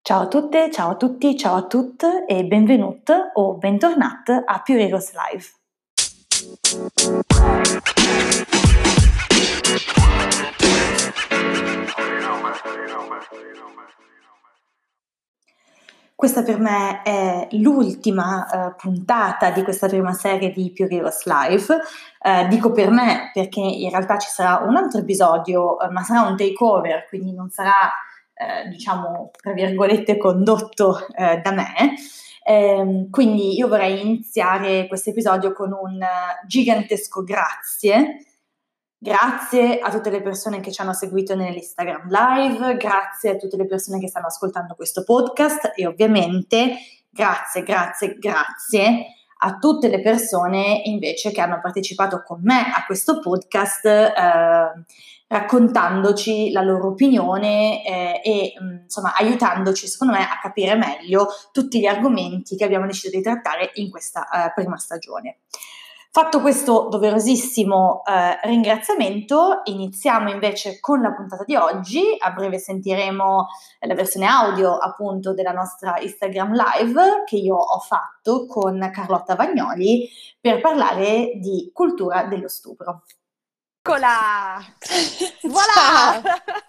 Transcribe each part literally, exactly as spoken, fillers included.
Ciao a tutte, ciao a tutti, ciao a tutte e benvenuti o bentornati a Pure Heroes Live. Questa per me è l'ultima uh, puntata di questa prima serie di Pure Heroes Live. Uh, dico per me perché in realtà ci sarà un altro episodio, uh, ma sarà un takeover, quindi non sarà, uh, diciamo, tra virgolette, condotto uh, da me. Um, quindi io vorrei iniziare questo episodio con un uh, gigantesco grazie. Grazie a tutte le persone che ci hanno seguito nell'Instagram Live, grazie a tutte le persone che stanno ascoltando questo podcast e ovviamente grazie, grazie, grazie a tutte le persone invece che hanno partecipato con me a questo podcast eh, raccontandoci la loro opinione eh, e insomma aiutandoci secondo me a capire meglio tutti gli argomenti che abbiamo deciso di trattare in questa eh, prima stagione. Fatto questo doverosissimo eh, ringraziamento, iniziamo invece con la puntata di oggi. A breve sentiremo la versione audio appunto della nostra Instagram Live che io ho fatto con Carlotta Vagnoli per parlare di cultura dello stupro. Eccola! Voilà!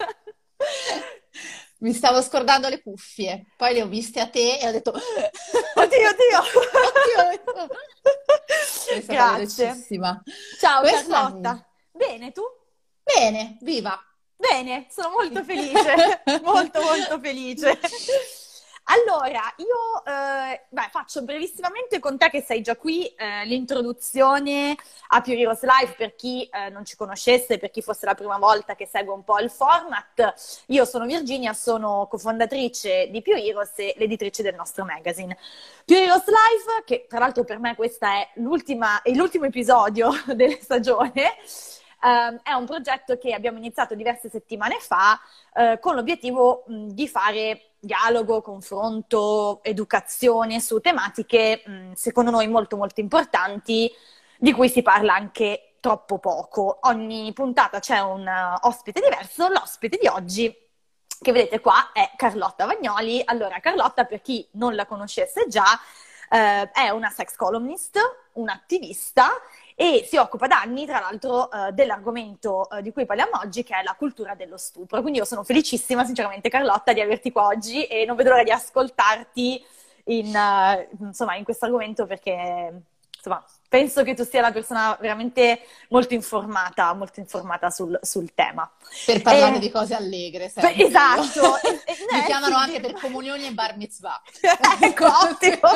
Mi stavo scordando le cuffie, poi le ho viste a te e ho detto oddio, oddio! oddio! Sei stata Grazie. velocissima. Ciao Questa... Carlotta. Bene, tu? Bene, viva! Bene, sono molto felice, molto molto felice. Allora, io eh, beh, faccio brevissimamente con te che sei già qui eh, l'introduzione a Pure Heroes Live per chi eh, non ci conoscesse, per chi fosse la prima volta che segue un po' il format. Io sono Virginia, sono cofondatrice di Pure Heroes e l'editrice del nostro magazine. Pure Heroes Live, che tra l'altro per me questa è l'ultima, è l'ultimo episodio della stagione, Uh, è un progetto che abbiamo iniziato diverse settimane fa uh, con l'obiettivo mh, di fare dialogo, confronto, educazione su tematiche mh, secondo noi molto molto importanti di cui si parla anche troppo poco. Ogni puntata c'è un uh, ospite diverso, l'ospite di oggi che vedete qua è Carlotta Vagnoli. Allora Carlotta, per chi non la conoscesse già, uh, è una sex columnist, un'attivista e si occupa da anni, tra l'altro, eh, dell'argomento eh, di cui parliamo oggi, che è la cultura dello stupro. Quindi io sono felicissima, sinceramente, Carlotta, di averti qua oggi e non vedo l'ora di ascoltarti in, uh, insomma, in questo argomento perché, insomma, penso che tu sia la persona veramente molto informata, molto informata sul, sul tema. Per parlare e... di cose allegre, per, esatto. e, e, Mi eh, chiamano sì, anche per comunioni e bar mitzvah. Ecco, ottimo.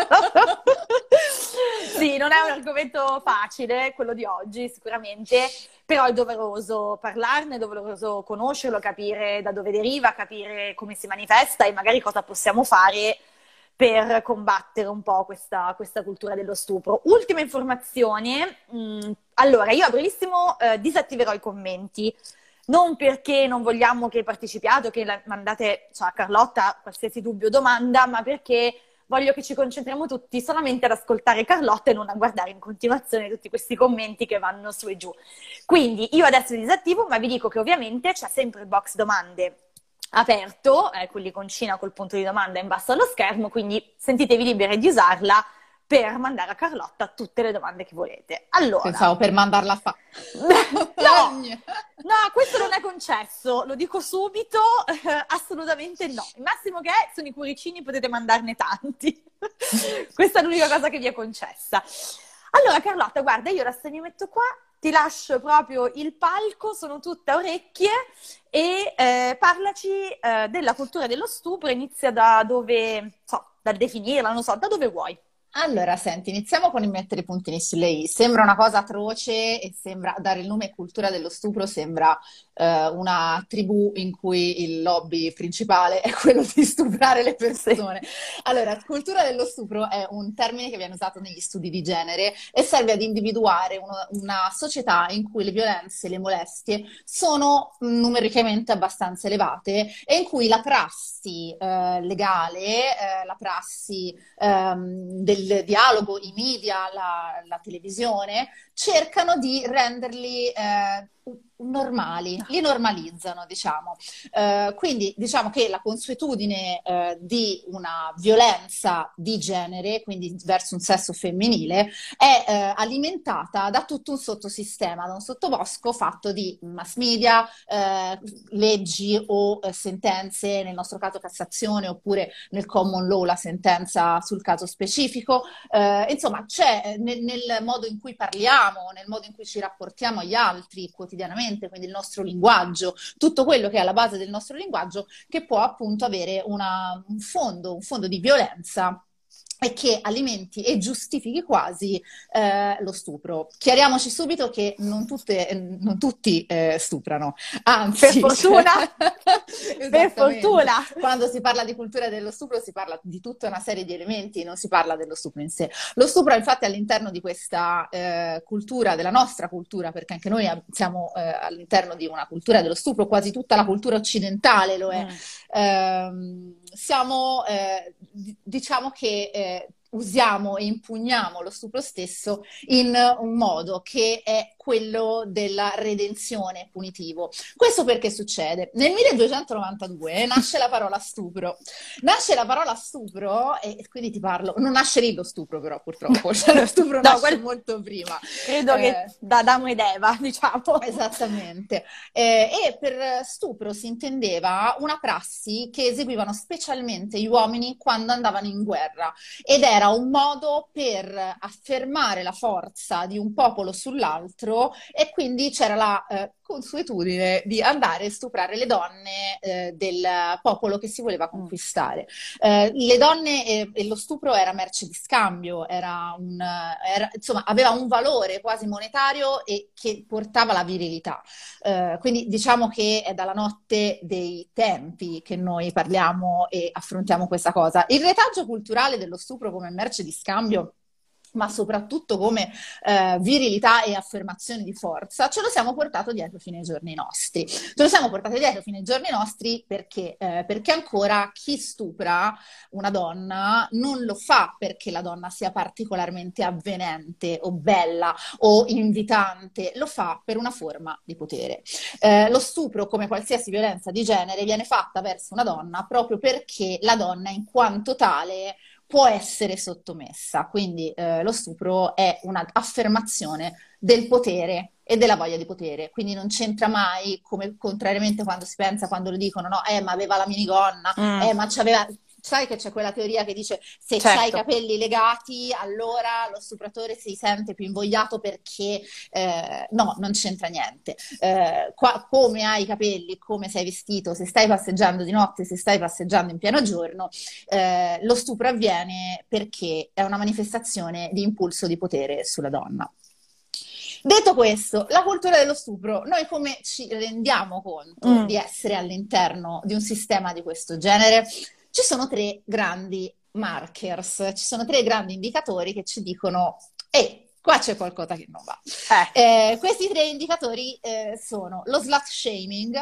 Sì, non è un argomento facile quello di oggi, sicuramente, però è doveroso parlarne, è doveroso conoscerlo, capire da dove deriva, capire come si manifesta e magari cosa possiamo fare per combattere un po' questa, questa cultura dello stupro. Ultima informazione, mh, allora io a brevissimo eh, disattiverò i commenti, non perché non vogliamo che partecipiate o che la, mandate cioè, a Carlotta qualsiasi dubbio o domanda, ma perché voglio che ci concentriamo tutti solamente ad ascoltare Carlotta e non a guardare in continuazione tutti questi commenti che vanno su e giù. Quindi io adesso li disattivo, ma vi dico che ovviamente c'è sempre il box domande aperto, eh, quell'iconcina col punto di domanda in basso allo schermo, quindi sentitevi liberi di usarla per mandare a Carlotta tutte le domande che volete. Allora, pensavo per mandarla a fa. no, no, questo non è concesso, lo dico subito, eh, assolutamente no. Il massimo che è sono i cuoricini, potete mandarne tanti. Questa è l'unica cosa che vi è concessa. Allora Carlotta, guarda, io adesso mi metto qua, ti lascio proprio il palco, sono tutta orecchie e eh, parlaci eh, della cultura dello stupro, inizia da dove, so, da definirla, non so, da dove vuoi. Allora, senti, iniziamo con il mettere i puntini sulle i. Sembra una cosa atroce e sembra dare il nome cultura dello stupro, sembra eh, una tribù in cui il lobby principale è quello di stuprare le persone. Allora, cultura dello stupro è un termine che viene usato negli studi di genere e serve ad individuare uno, una società in cui le violenze e le molestie sono numericamente abbastanza elevate e in cui la prassi eh, legale, eh, la prassi ehm, del il dialogo, i media, la, la televisione, cercano di renderli eh, normali, li normalizzano, diciamo. Eh, quindi diciamo che la consuetudine eh, di una violenza di genere, quindi verso un sesso femminile, è eh, alimentata da tutto un sottosistema, da un sottobosco fatto di mass media, eh, leggi o eh, sentenze, nel nostro caso Cassazione, oppure nel common law la sentenza sul caso specifico. Eh, insomma, c'è nel, nel modo in cui parliamo, nel modo in cui ci rapportiamo agli altri quotidianamente, quindi il nostro linguaggio, tutto quello che è alla base del nostro linguaggio, che può appunto avere una, un fondo, un fondo di violenza e che alimenti e giustifichi quasi eh, lo stupro. Chiariamoci subito che non, tutte, non tutti eh, stuprano, anzi... Per fortuna! Per fortuna! Quando si parla di cultura dello stupro si parla di tutta una serie di elementi, non si parla dello stupro in sé. Lo stupro infatti all'interno di questa eh, cultura, della nostra cultura, perché anche noi siamo eh, all'interno di una cultura dello stupro, quasi tutta la cultura occidentale lo è, mm. eh, siamo, eh, diciamo che... Eh, usiamo e impugniamo lo stupro stesso in un modo che è quello della redenzione punitivo. Questo perché succede? Nel milleduecentonovantadue nasce la parola stupro. Nasce la parola stupro e quindi ti parlo, non nasce lì lo stupro però purtroppo, cioè lo stupro no, nasce quel... molto prima. Credo eh, che da Adamo ed Eva, diciamo. Esattamente. Eh, e per stupro si intendeva una prassi che eseguivano specialmente gli uomini quando andavano in guerra ed era un modo per affermare la forza di un popolo sull'altro e quindi c'era la eh, consuetudine di andare a stuprare le donne eh, del popolo che si voleva conquistare. Eh, le donne e, e lo stupro era merce di scambio, era un, era, insomma aveva un valore quasi monetario e che portava la virilità. Eh, quindi diciamo che è dalla notte dei tempi che noi parliamo e affrontiamo questa cosa. Il retaggio culturale dello stupro come merce di scambio, ma soprattutto come eh, virilità e affermazione di forza, ce lo siamo portato dietro fino ai giorni nostri. Ce lo siamo portato dietro fino ai giorni nostri perché, eh, perché ancora chi stupra una donna non lo fa perché la donna sia particolarmente avvenente o bella o invitante, lo fa per una forma di potere. Eh, lo stupro, come qualsiasi violenza di genere, viene fatta verso una donna proprio perché la donna in quanto tale può essere sottomessa, quindi eh, lo stupro è un'affermazione del potere e della voglia di potere, quindi non c'entra mai, come contrariamente quando si pensa, quando lo dicono, no, eh ma aveva la minigonna, mm. eh ma c'aveva... Sai che c'è quella teoria che dice se certo. c'hai i capelli legati allora lo stupratore si sente più invogliato perché eh, no, non c'entra niente. Eh, qua, come hai i capelli, come sei vestito, se stai passeggiando di notte, se stai passeggiando in pieno giorno, eh, lo stupro avviene perché è una manifestazione di impulso di potere sulla donna. Detto questo, la cultura dello stupro, noi come ci rendiamo conto mm. di essere all'interno di un sistema di questo genere? Ci sono tre grandi markers, ci sono tre grandi indicatori che ci dicono ehi, qua c'è qualcosa che non va. Eh. Eh, questi tre indicatori eh, sono lo slut shaming,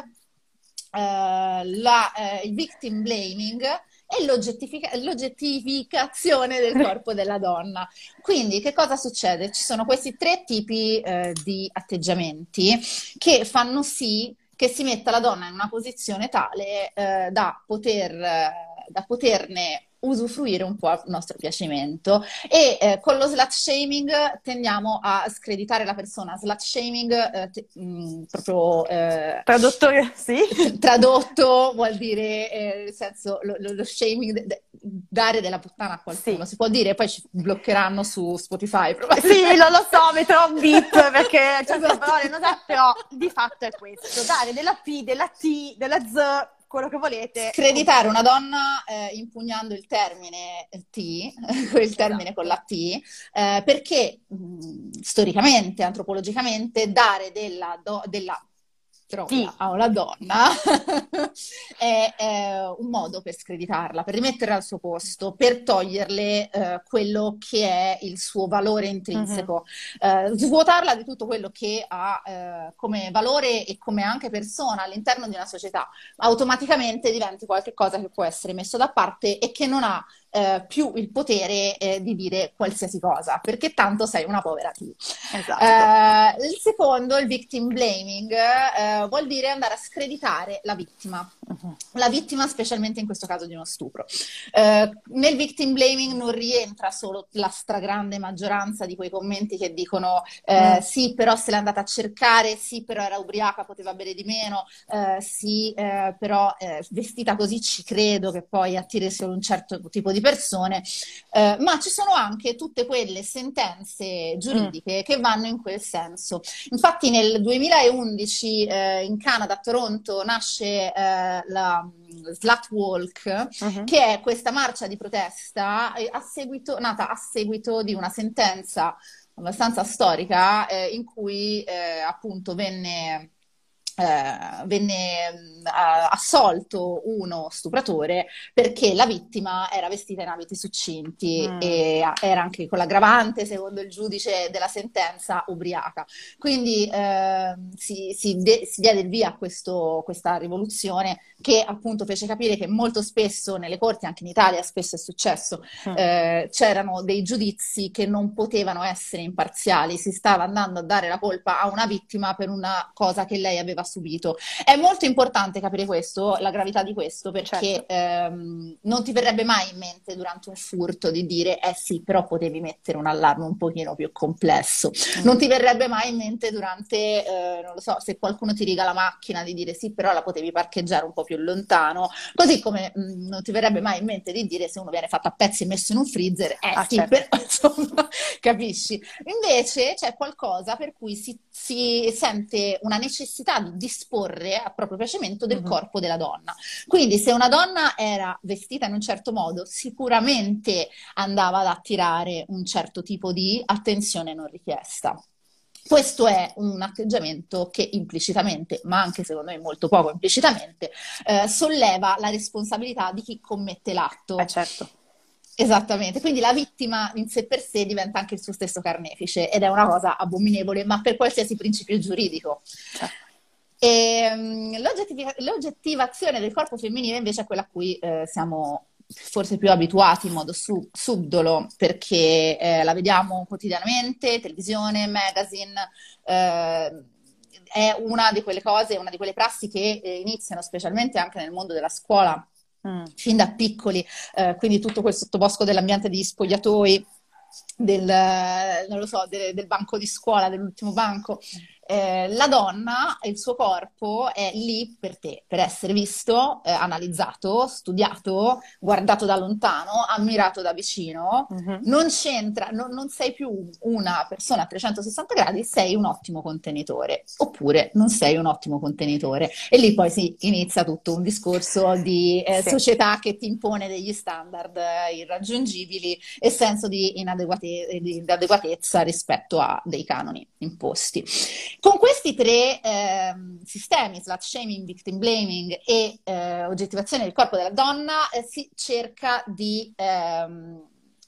eh, la, eh, il victim blaming e l'oggettifica- l'oggettificazione del corpo della donna. Quindi che cosa succede? Ci sono questi tre tipi eh, di atteggiamenti che fanno sì che si metta la donna in una posizione tale eh, da poter... Eh, da poterne usufruire un po' a nostro piacimento e eh, con lo slut shaming tendiamo a screditare la persona. Slut shaming eh, te, mh, proprio eh, tradotto, sì. tradotto vuol dire eh, nel senso lo, lo, lo shaming de, de, dare della puttana a qualcuno, sì. Si può dire, poi ci bloccheranno su Spotify sì, non lo so, metterò un beat perché certe esatto. parole non so, però di fatto è questo, dare della P, della T, della Z, quello che volete. Screditare una donna eh, impugnando il termine T, il termine esatto. con la T, eh, perché mh, storicamente, antropologicamente, dare della, do, della droga sì. a una donna è, è un modo per screditarla, per rimetterla al suo posto, per toglierle eh, quello che è il suo valore intrinseco, mm-hmm. eh, svuotarla di tutto quello che ha eh, come valore e come anche persona all'interno di una società. Automaticamente diventi qualcosa che può essere messo da parte e che non ha eh, più il potere eh, di dire qualsiasi cosa, perché tanto sei una povera tu. Esatto. Eh, il secondo, il victim blaming, eh, vuol dire andare a screditare la vittima. Mhm. La vittima, specialmente in questo caso di uno stupro. Eh, nel victim blaming non rientra solo la stragrande maggioranza di quei commenti che dicono eh, Mm. sì, però se l'è andata a cercare, sì, però era ubriaca, poteva bere di meno, eh, sì, eh, però eh, vestita così ci credo che poi attiri solo un certo tipo di persone. Eh, ma ci sono anche tutte quelle sentenze giuridiche che vanno in quel senso. Infatti nel duemilaundici eh, in Canada, a Toronto, nasce eh, la mm, Slut Walk, Mhm. che è questa marcia di protesta eh, a seguito, nata a seguito di una sentenza abbastanza storica eh, in cui eh, appunto venne eh, venne mh, a- assolto uno stupratore perché la vittima era vestita in abiti succinti Mm. e a- era anche con l'aggravante, secondo il giudice della sentenza, ubriaca. Quindi ehm, si, si de- si diede il via a questo- questa rivoluzione che appunto fece capire che molto spesso nelle corti, anche in Italia spesso è successo, Mm. eh, c'erano dei giudizi che non potevano essere imparziali, si stava andando a dare la colpa a una vittima per una cosa che lei aveva subito. È molto importante capire questo, la gravità di questo, perché Certo. ehm, non ti verrebbe mai in mente durante un furto di dire eh sì, però potevi mettere un allarme un pochino più complesso. Mm. Non ti verrebbe mai in mente durante, eh, non lo so, se qualcuno ti riga la macchina di dire sì, però la potevi parcheggiare un po' più lontano, così come mh, non ti verrebbe mai in mente di dire se uno viene fatto a pezzi e messo in un freezer, eh Ah, sì, certo. però insomma, capisci? Invece c'è qualcosa per cui si, si sente una necessità di disporre a proprio piacimento del Mhm. corpo della donna. Quindi se una donna era vestita in un certo modo, sicuramente andava ad attirare un certo tipo di attenzione non richiesta. Questo è un atteggiamento che implicitamente, ma anche secondo me molto poco implicitamente, eh, solleva la responsabilità di chi commette l'atto. Eh, certo. Esattamente, quindi la vittima in sé per sé diventa anche il suo stesso carnefice ed è una cosa abominevole, ma per qualsiasi principio giuridico. Certo. E, um, l'oggettivi- l'oggettivazione del corpo femminile invece è quella a cui eh, siamo forse più abituati in modo su- subdolo, perché eh, la vediamo quotidianamente, televisione, magazine, eh, è una di quelle cose, una di quelle prassi che eh, iniziano specialmente anche nel mondo della scuola, Mm. fin da piccoli, eh, quindi tutto quel sottobosco dell'ambiente degli spogliatoi, del, non lo so, del, del banco di scuola, dell'ultimo banco. Eh, la donna, il suo corpo è lì per te, per essere visto, eh, analizzato, studiato, guardato da lontano, ammirato da vicino. Mhm. Non c'entra, non, non sei più una persona a trecentosessanta gradi, sei un ottimo contenitore, oppure non sei un ottimo contenitore. E lì poi si inizia tutto un discorso di eh, Sì. società che ti impone degli standard eh, irraggiungibili e senso di inadeguate- di inadeguatezza rispetto a dei canoni imposti. Con questi tre ehm, sistemi, slut shaming, victim blaming e eh, oggettivazione del corpo della donna, eh, si cerca di ehm,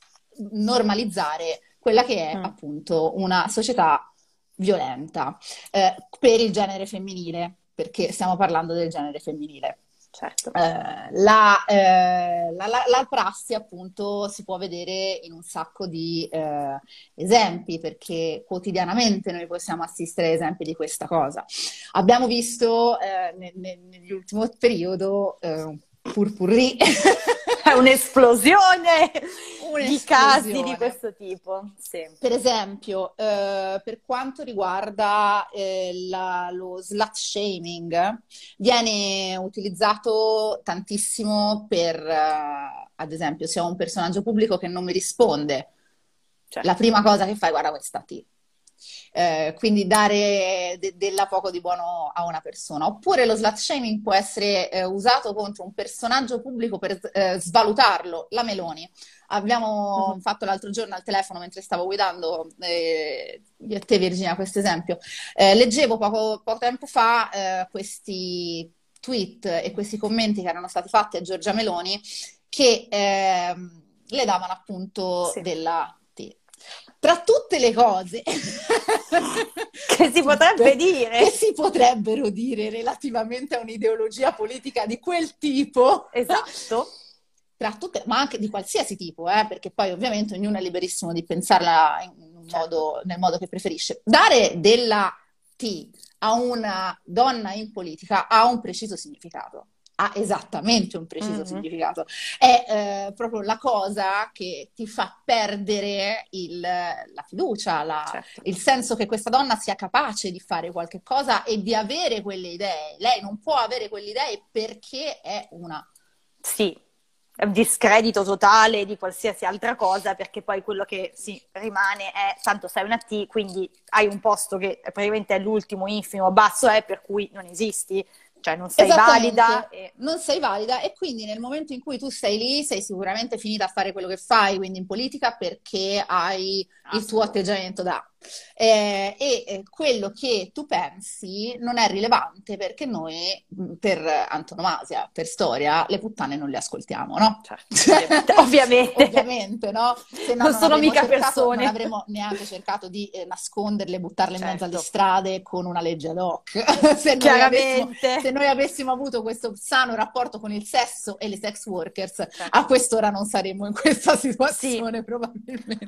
normalizzare quella che è Mm. appunto una società violenta eh, per il genere femminile, perché stiamo parlando del genere femminile. Certo. Eh, la, eh, la, la, la prassi appunto si può vedere in un sacco di eh, esempi, perché quotidianamente noi possiamo assistere a esempi di questa cosa. Abbiamo visto eh, ne, ne, nell'ultimo periodo eh, un purpurri. È un'esplosione di casi di Un'esplosione. questo tipo. Sì. Per esempio, eh, per quanto riguarda eh, la- lo slut shaming, viene utilizzato tantissimo per, eh, ad esempio, se ho un personaggio pubblico che non mi risponde, Certo. la prima cosa che fai, guarda questa T. Eh, quindi dare de- della poco di buono a una persona. Oppure lo slut shaming può essere eh, usato contro un personaggio pubblico per eh, svalutarlo, la Meloni. Abbiamo Mhm. fatto l'altro giorno al telefono mentre stavo guidando, eh, io e te Virginia, questo esempio. Eh, leggevo poco, poco tempo fa eh, questi tweet e questi commenti che erano stati fatti a Giorgia Meloni che ehm, le davano appunto Sì. della T. Tra tutte le cose Che si potrebbe dire. che si potrebbero dire relativamente a un'ideologia politica di quel tipo, Esatto. tra tutte, ma anche di qualsiasi tipo, eh, perché poi ovviamente ognuno è liberissimo di pensarla in un Certo. modo, nel modo che preferisce. Dare della T a una donna in politica ha un preciso significato. Ha esattamente un preciso Mhm. significato. È eh, proprio la cosa che ti fa perdere il- la fiducia, la- Certo. il senso che questa donna sia capace di fare qualche cosa e di avere quelle idee. Lei non può avere quelle idee perché è una... Sì, è un discredito totale di qualsiasi altra cosa, perché poi quello che si rimane è, tanto sei una T, quindi hai un posto che praticamente è l'ultimo, infimo, basso è, per cui non esisti, cioè non sei Esattamente, valida. E... non sei valida e quindi nel momento in cui tu sei lì sei sicuramente finita a fare quello che fai, quindi in politica, perché hai il tuo atteggiamento da... Eh, e eh, quello che tu pensi non è rilevante perché noi, mh, per antonomasia, per storia, le puttane non le ascoltiamo, no? Certo, ovviamente, ovviamente. Ovviamente, no? Se no non non sono avremmo mica cercato, persone. non avremmo neanche cercato di eh, nasconderle, buttarle in mezzo alle Certo. strade con una legge ad hoc. Se noi avessimo, Chiaramente. se noi avessimo avuto questo sano rapporto con il sesso e le sex workers, Certo. a quest'ora non saremmo in questa situazione, Sì. probabilmente.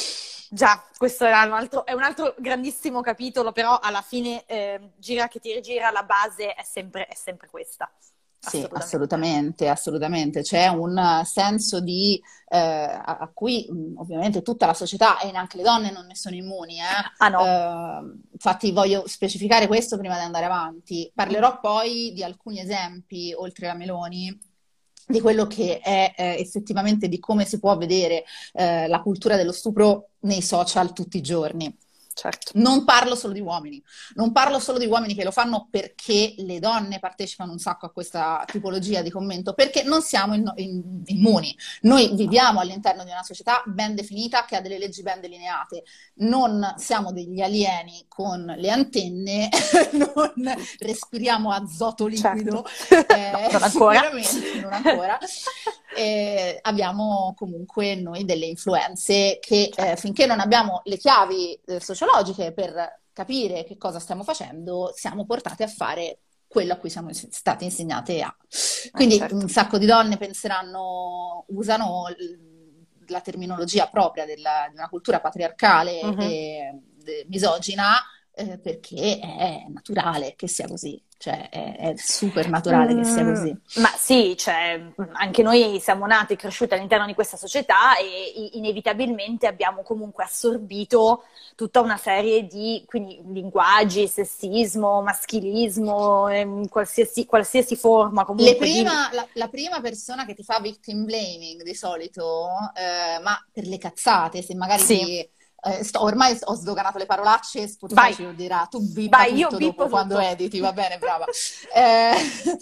Già, questo era un altro, è un altro grandissimo capitolo, però alla fine eh, gira che ti rigira, la base è sempre, è sempre questa. Sì, assolutamente, assolutamente. C'è un senso di eh, a, a cui mh, ovviamente tutta la società e neanche le donne non ne sono immuni. Eh. Ah no. Eh, infatti voglio specificare questo prima di andare avanti. Parlerò poi di alcuni esempi, oltre la Meloni, di quello che è eh, effettivamente di come si può vedere eh, la cultura dello stupro nei social tutti i giorni. Certo. Non parlo solo di uomini, non parlo solo di uomini che lo fanno perché le donne partecipano un sacco a questa tipologia di commento, perché non siamo in, in, immuni. Noi viviamo all'interno di una società ben definita che ha delle leggi ben delineate, non siamo degli alieni con le antenne, non respiriamo azoto liquido, certo. eh, no, non ancora. sicuramente non ancora. Eh, abbiamo comunque noi delle influenze che eh, finché non abbiamo le chiavi eh, sociologiche per capire che cosa stiamo facendo, siamo portate a fare quello a cui siamo state insegnate a. Quindi eh, certo. Un sacco di donne penseranno, usano la terminologia propria della, di una cultura patriarcale uh-huh. e de, misogina eh, perché è naturale che sia così. Cioè è, è super naturale mm, che sia così. Ma sì, cioè, anche noi siamo nati e cresciuti all'interno di questa società e inevitabilmente abbiamo comunque assorbito tutta una serie di quindi, linguaggi, sessismo, maschilismo, ehm, qualsiasi, qualsiasi forma comunque. Le prima, di... la, la prima persona che ti fa victim blaming di solito, eh, ma per le cazzate, se magari sì. ti... Eh, sto, ormai ho sdoganato le parolacce, Spotify ci lo dirà, tu bippa Vai, tutto io dopo bippo quando tutto. editi, va bene, brava. eh,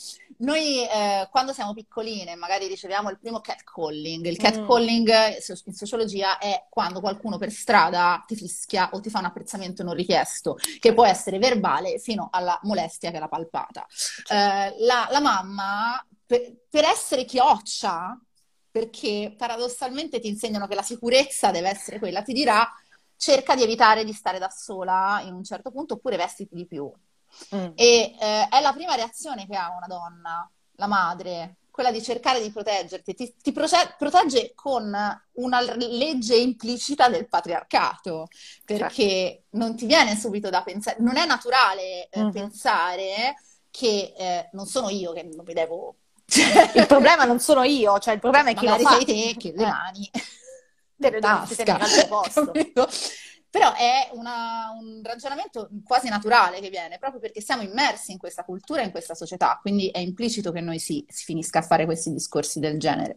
noi eh, quando siamo piccoline magari riceviamo il primo catcalling, il catcalling mm. in sociologia è quando qualcuno per strada ti fischia o ti fa un apprezzamento non richiesto, che può essere verbale fino alla molestia che è la palpata. Eh, la, la mamma, per, per essere chioccia, perché paradossalmente ti insegnano che la sicurezza deve essere quella, ti dirà cerca di evitare di stare da sola in un certo punto oppure vestiti di più. Mm. E eh, è la prima reazione che ha una donna, la madre, quella di cercare di proteggerti. Ti, ti proce- protegge con una legge implicita del patriarcato, perché certo. non ti viene subito da pensare, non è naturale eh, mm-hmm. pensare che eh, non sono io che non mi devo... Il problema non sono io, cioè il problema è chi magari lo fa. sei te che le mani... Te le dovresti tenere al tuo posto. Però è una, un ragionamento quasi naturale che viene, proprio perché siamo immersi in questa cultura, in questa società, quindi è implicito che noi si, si finisca a fare questi discorsi del genere.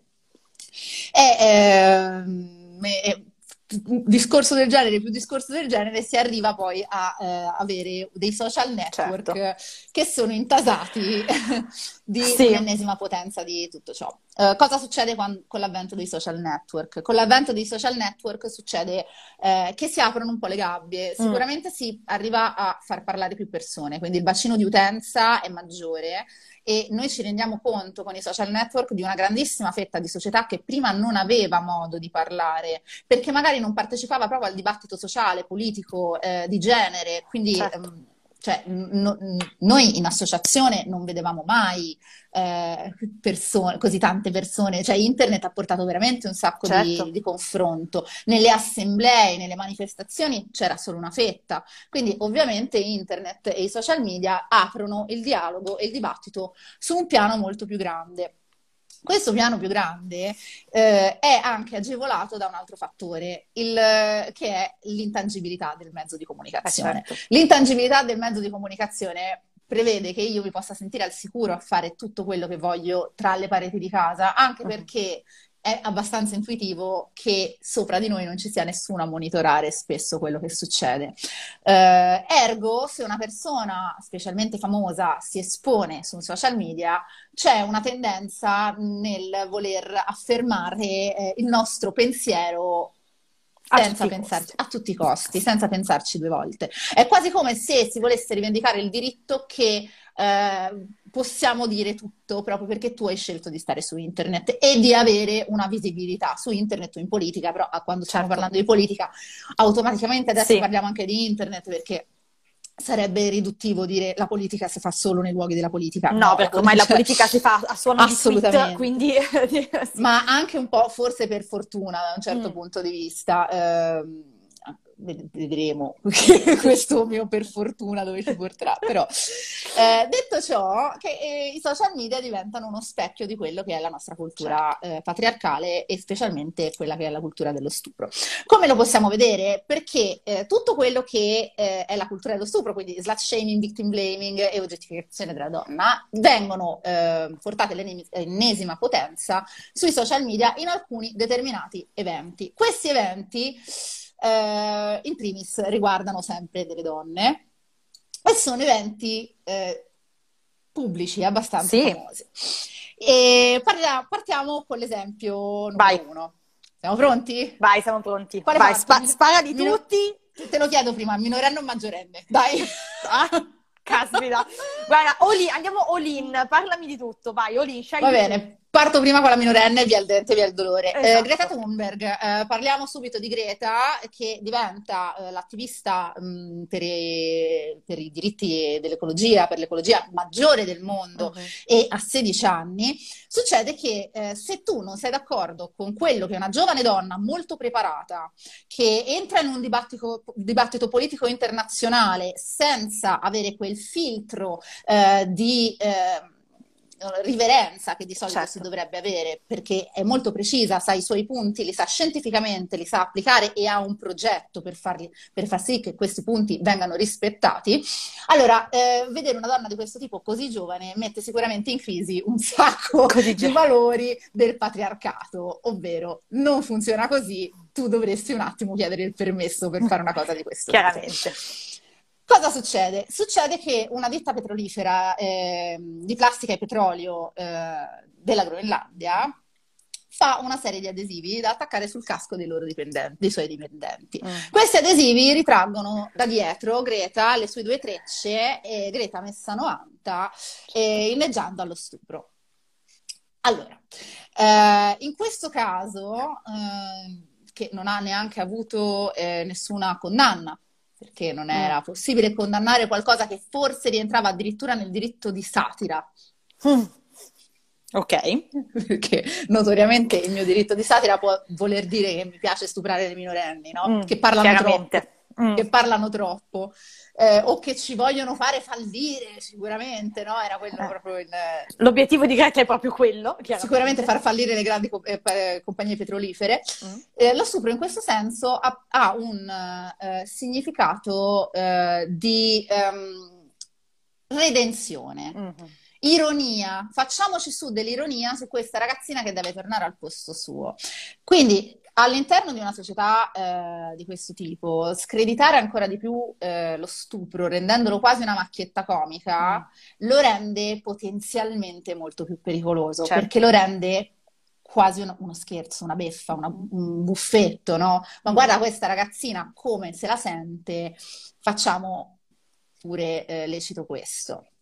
E, ehm, e, discorso del genere più discorso del genere si arriva poi a eh, avere dei social network certo. che sono intasati di sì. un'ennesima potenza di tutto ciò. Uh, cosa succede quando, con l'avvento dei social network? Con l'avvento dei social network succede eh, che si aprono un po' le gabbie, sicuramente mm. si arriva a far parlare più persone, quindi il bacino di utenza è maggiore e noi ci rendiamo conto con i social network di una grandissima fetta di società che prima non aveva modo di parlare, perché magari non partecipava proprio al dibattito sociale, politico, eh, di genere, quindi certo. ehm, Cioè, no- noi in associazione non vedevamo mai eh, persone, così tante persone, cioè internet ha portato veramente un sacco di, Certo. di confronto. Nelle assemblee, nelle manifestazioni c'era solo una fetta, quindi ovviamente internet e i social media aprono il dialogo e il dibattito su un piano molto più grande. Questo piano più grande eh, è anche agevolato da un altro fattore, il, che è l'intangibilità del mezzo di Eh, comunicazione. certo. L'intangibilità del mezzo di comunicazione prevede che io mi possa sentire al sicuro a fare tutto quello che voglio tra le pareti di casa, anche Mhm. perché è abbastanza intuitivo che sopra di noi non ci sia nessuno a monitorare spesso quello che succede. Eh, ergo, se una persona, specialmente famosa, si espone su un social media, c'è una tendenza nel voler affermare eh, il nostro pensiero A senza tutti i pensarci, costi. a tutti i costi, senza pensarci due volte. È quasi come se si volesse rivendicare il diritto che eh, possiamo dire tutto proprio perché tu hai scelto di stare su internet e di avere una visibilità su internet o in politica, però ah, quando stiamo Certo. parlando di politica, automaticamente adesso Sì. parliamo anche di internet perché sarebbe riduttivo dire la politica si fa solo nei luoghi della politica. No, No, perché ormai la cioè, politica si fa a suono di tweet, assolutamente. quindi sì. Ma anche un po' forse per fortuna da un certo Mm. punto di vista. Ehm, ved- vedremo questo mio per fortuna dove ci porterà. Però, eh, detto ciò, che eh, i social media diventano uno specchio di quello che è la nostra cultura Certo. eh, patriarcale e specialmente quella che è la cultura dello stupro. Come lo possiamo vedere? Perché eh, tutto quello che eh, è la cultura dello stupro, quindi slut shaming, victim blaming e oggettificazione della donna, vengono eh, portate all'ennesima potenza sui social media in alcuni determinati eventi. Questi eventi, eh, in primis, riguardano sempre delle donne e sono eventi eh, pubblici abbastanza Sì, famosi. E parla- partiamo con l'esempio vai, numero uno. Siamo pronti? vai, siamo pronti. Quale Vai, parto? spa- Mino- spara di mino- tutti. Te lo chiedo prima, minorenne o maggiorenne? Dai. Ah, caspita. Guarda, all in, andiamo all in, parlami di tutto, vai, all in, Va scegli tu. bene, parto prima con la minorenne, via il dente, via il dolore. Eh, Esatto. Greta Thunberg, eh, parliamo subito di Greta, che diventa eh, l'attivista mh, per, i, per i diritti dell'ecologia, per l'ecologia maggiore del mondo, Mhm. e a sedici anni. Succede che eh, se tu non sei d'accordo con quello che una giovane donna molto preparata, che entra in un dibattito, dibattito politico internazionale senza avere quel filtro eh, di eh, riverenza che di solito Certo. si dovrebbe avere, perché è molto precisa, sa i suoi punti, li sa scientificamente, li sa applicare e ha un progetto per, farli, per far sì che questi punti vengano rispettati. Allora, eh, vedere una donna di questo tipo così giovane mette sicuramente in crisi un sacco Così di già. valori del patriarcato, ovvero non funziona così, tu dovresti un attimo chiedere il permesso per fare una cosa di questo tipo. Chiaramente. Cosa succede? Succede che una ditta petrolifera eh, di plastica e petrolio eh, della Groenlandia fa una serie di adesivi da attaccare sul casco dei loro dipendenti, dei suoi dipendenti. Mm. Questi adesivi ritraggono da dietro Greta, le sue due trecce, e Greta messa novanta, eh, inneggiando allo stupro. Allora, eh, in questo caso, eh, che non ha neanche avuto eh, nessuna condanna, perché non era possibile condannare qualcosa che forse rientrava addirittura nel diritto di satira. Mm. Ok. Perché notoriamente il mio diritto di satira può voler dire che mi piace stuprare le minorenni, no? Mm, Che parlano chiaramente. troppo, Mm. che parlano troppo, eh, o che ci vogliono fare fallire, sicuramente, no? Era quello Eh. proprio il... L'obiettivo di Greta è proprio quello, chiaramente. Sicuramente far fallire le grandi co- eh, pa- compagnie petrolifere. Mm. Eh, lo stupro in questo senso ha, ha un eh, significato eh, di ehm, redenzione. Mhm. Ironia, facciamoci su dell'ironia su questa ragazzina che deve tornare al posto suo. Quindi all'interno di una società eh, di questo tipo, screditare ancora di più eh, lo stupro, rendendolo quasi una macchietta comica, Mm. lo rende potenzialmente molto più pericoloso, Certo. perché lo rende quasi uno, uno scherzo, una beffa, una- un buffetto, no? Ma guarda questa ragazzina come se la sente, facciamo pure eh, lecito questo.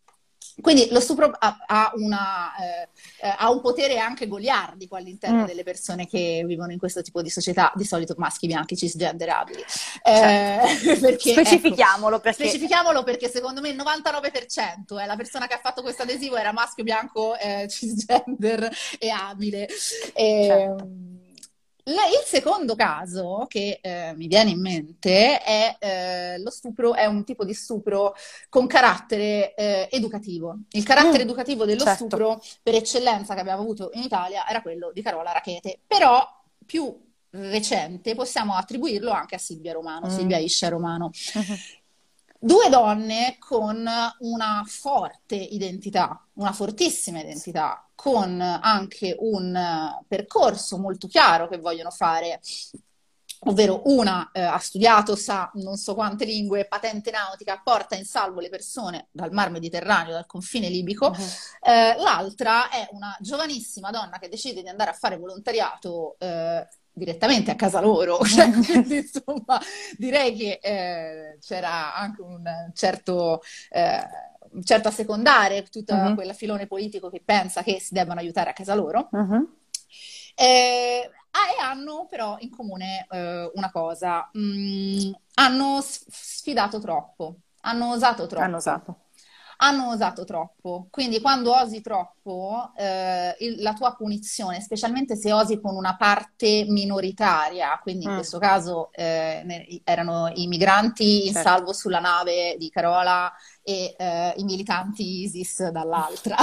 Quindi lo stupro ha, ha una, eh, eh, ha un potere anche goliardico all'interno Mm. delle persone che vivono in questo tipo di società, di solito maschi bianchi cisgenderabili. Certo. Eh, perché, Specifichiamolo, ecco, perché- specifichiamolo perché secondo me il novantanove per cento è la persona che ha fatto questo adesivo era maschio bianco, eh, cisgender e abile. E, Certo. la- il secondo caso che eh, mi viene in mente è eh, lo stupro, è un tipo di stupro con carattere eh, educativo. Il carattere Mm, educativo dello certo. stupro per eccellenza che abbiamo avuto in Italia era quello di Carola Rackete, però più recente possiamo attribuirlo anche a Silvia Romano, Mm. Silvia Iscia Romano. Mhm. Due donne con una forte identità, una fortissima identità, con anche un eh, percorso molto chiaro che vogliono fare, ovvero una eh, ha studiato, sa non so quante lingue, patente nautica, porta in salvo le persone dal mar Mediterraneo, dal confine libico. Mhm. Eh, l'altra è una giovanissima donna che decide di andare a fare volontariato eh, direttamente a casa loro, cioè, quindi, insomma, direi che eh, c'era anche un certo, eh, un certo assecondare tutta Mhm. quella filone politico che pensa che si debbano aiutare a casa loro. Mhm. Eh, ah, e hanno però in comune eh, una cosa. Mm, hanno s- sfidato troppo, hanno osato troppo. Hanno usato. Hanno osato troppo, quindi quando osi troppo, eh, il- la tua punizione, specialmente se osi con una parte minoritaria, quindi in Mm. questo caso eh, ne- erano i migranti in Certo. salvo sulla nave di Carola e eh, i militanti ISIS dall'altra.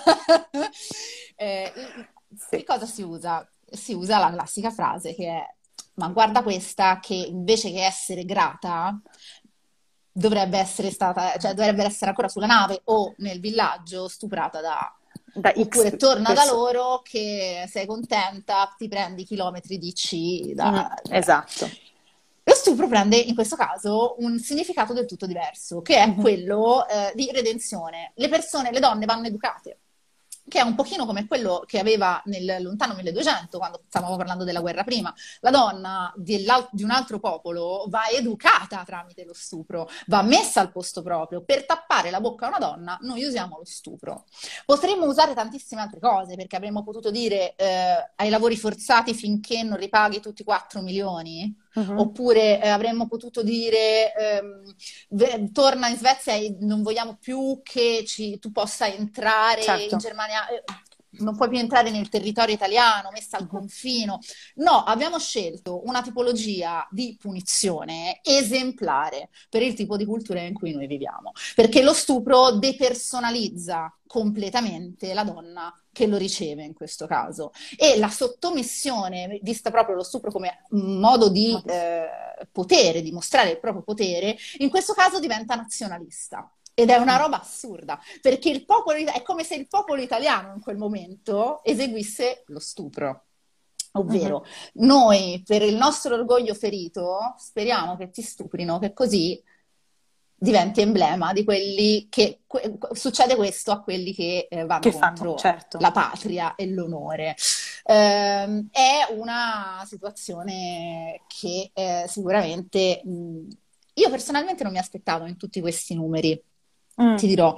Eh, Sì. che cosa si usa? Si usa la classica frase che è: ma guarda questa che invece che essere grata dovrebbe essere stata, cioè dovrebbe essere ancora sulla nave o nel villaggio stuprata da... Da X Oppure torna da perso- loro che sei contenta, ti prendi chilometri di C da... Mm, esatto. Lo stupro prende in questo caso un significato del tutto diverso, che è Mhm. quello eh, di redenzione. Le persone, le donne vanno educate, che è un pochino come quello che aveva nel lontano milleduecento, quando stavamo parlando della guerra prima. La donna di, di un altro popolo va educata tramite lo stupro, va messa al posto proprio. Per tappare la bocca a una donna noi usiamo lo stupro. Potremmo usare tantissime altre cose, perché avremmo potuto dire eh, ai lavori forzati finché non ripaghi tutti i quattro milioni. Mhm. Oppure eh, avremmo potuto dire ehm, ve- torna in Svezia e non vogliamo più che ci, tu possa entrare Certo. in Germania, eh, non puoi più entrare nel territorio italiano, messa al Mhm. confino. No, abbiamo scelto una tipologia di punizione esemplare per il tipo di cultura in cui noi viviamo, perché lo stupro depersonalizza completamente la donna che lo riceve in questo caso, e la sottomissione, vista proprio lo stupro come modo di eh, potere, di mostrare il proprio potere, in questo caso diventa nazionalista. Ed è una roba assurda, perché il popolo, è come se il popolo italiano in quel momento eseguisse lo stupro. Ovvero, Mhm. noi per il nostro orgoglio ferito speriamo che ti stuprino, che così diventi emblema di quelli che que- succede questo a quelli che eh, vanno Che fanno, contro certo. la patria e l'onore. Ehm, è una situazione che eh, sicuramente mh, io personalmente non mi aspettavo in tutti questi numeri, Mm. ti dirò.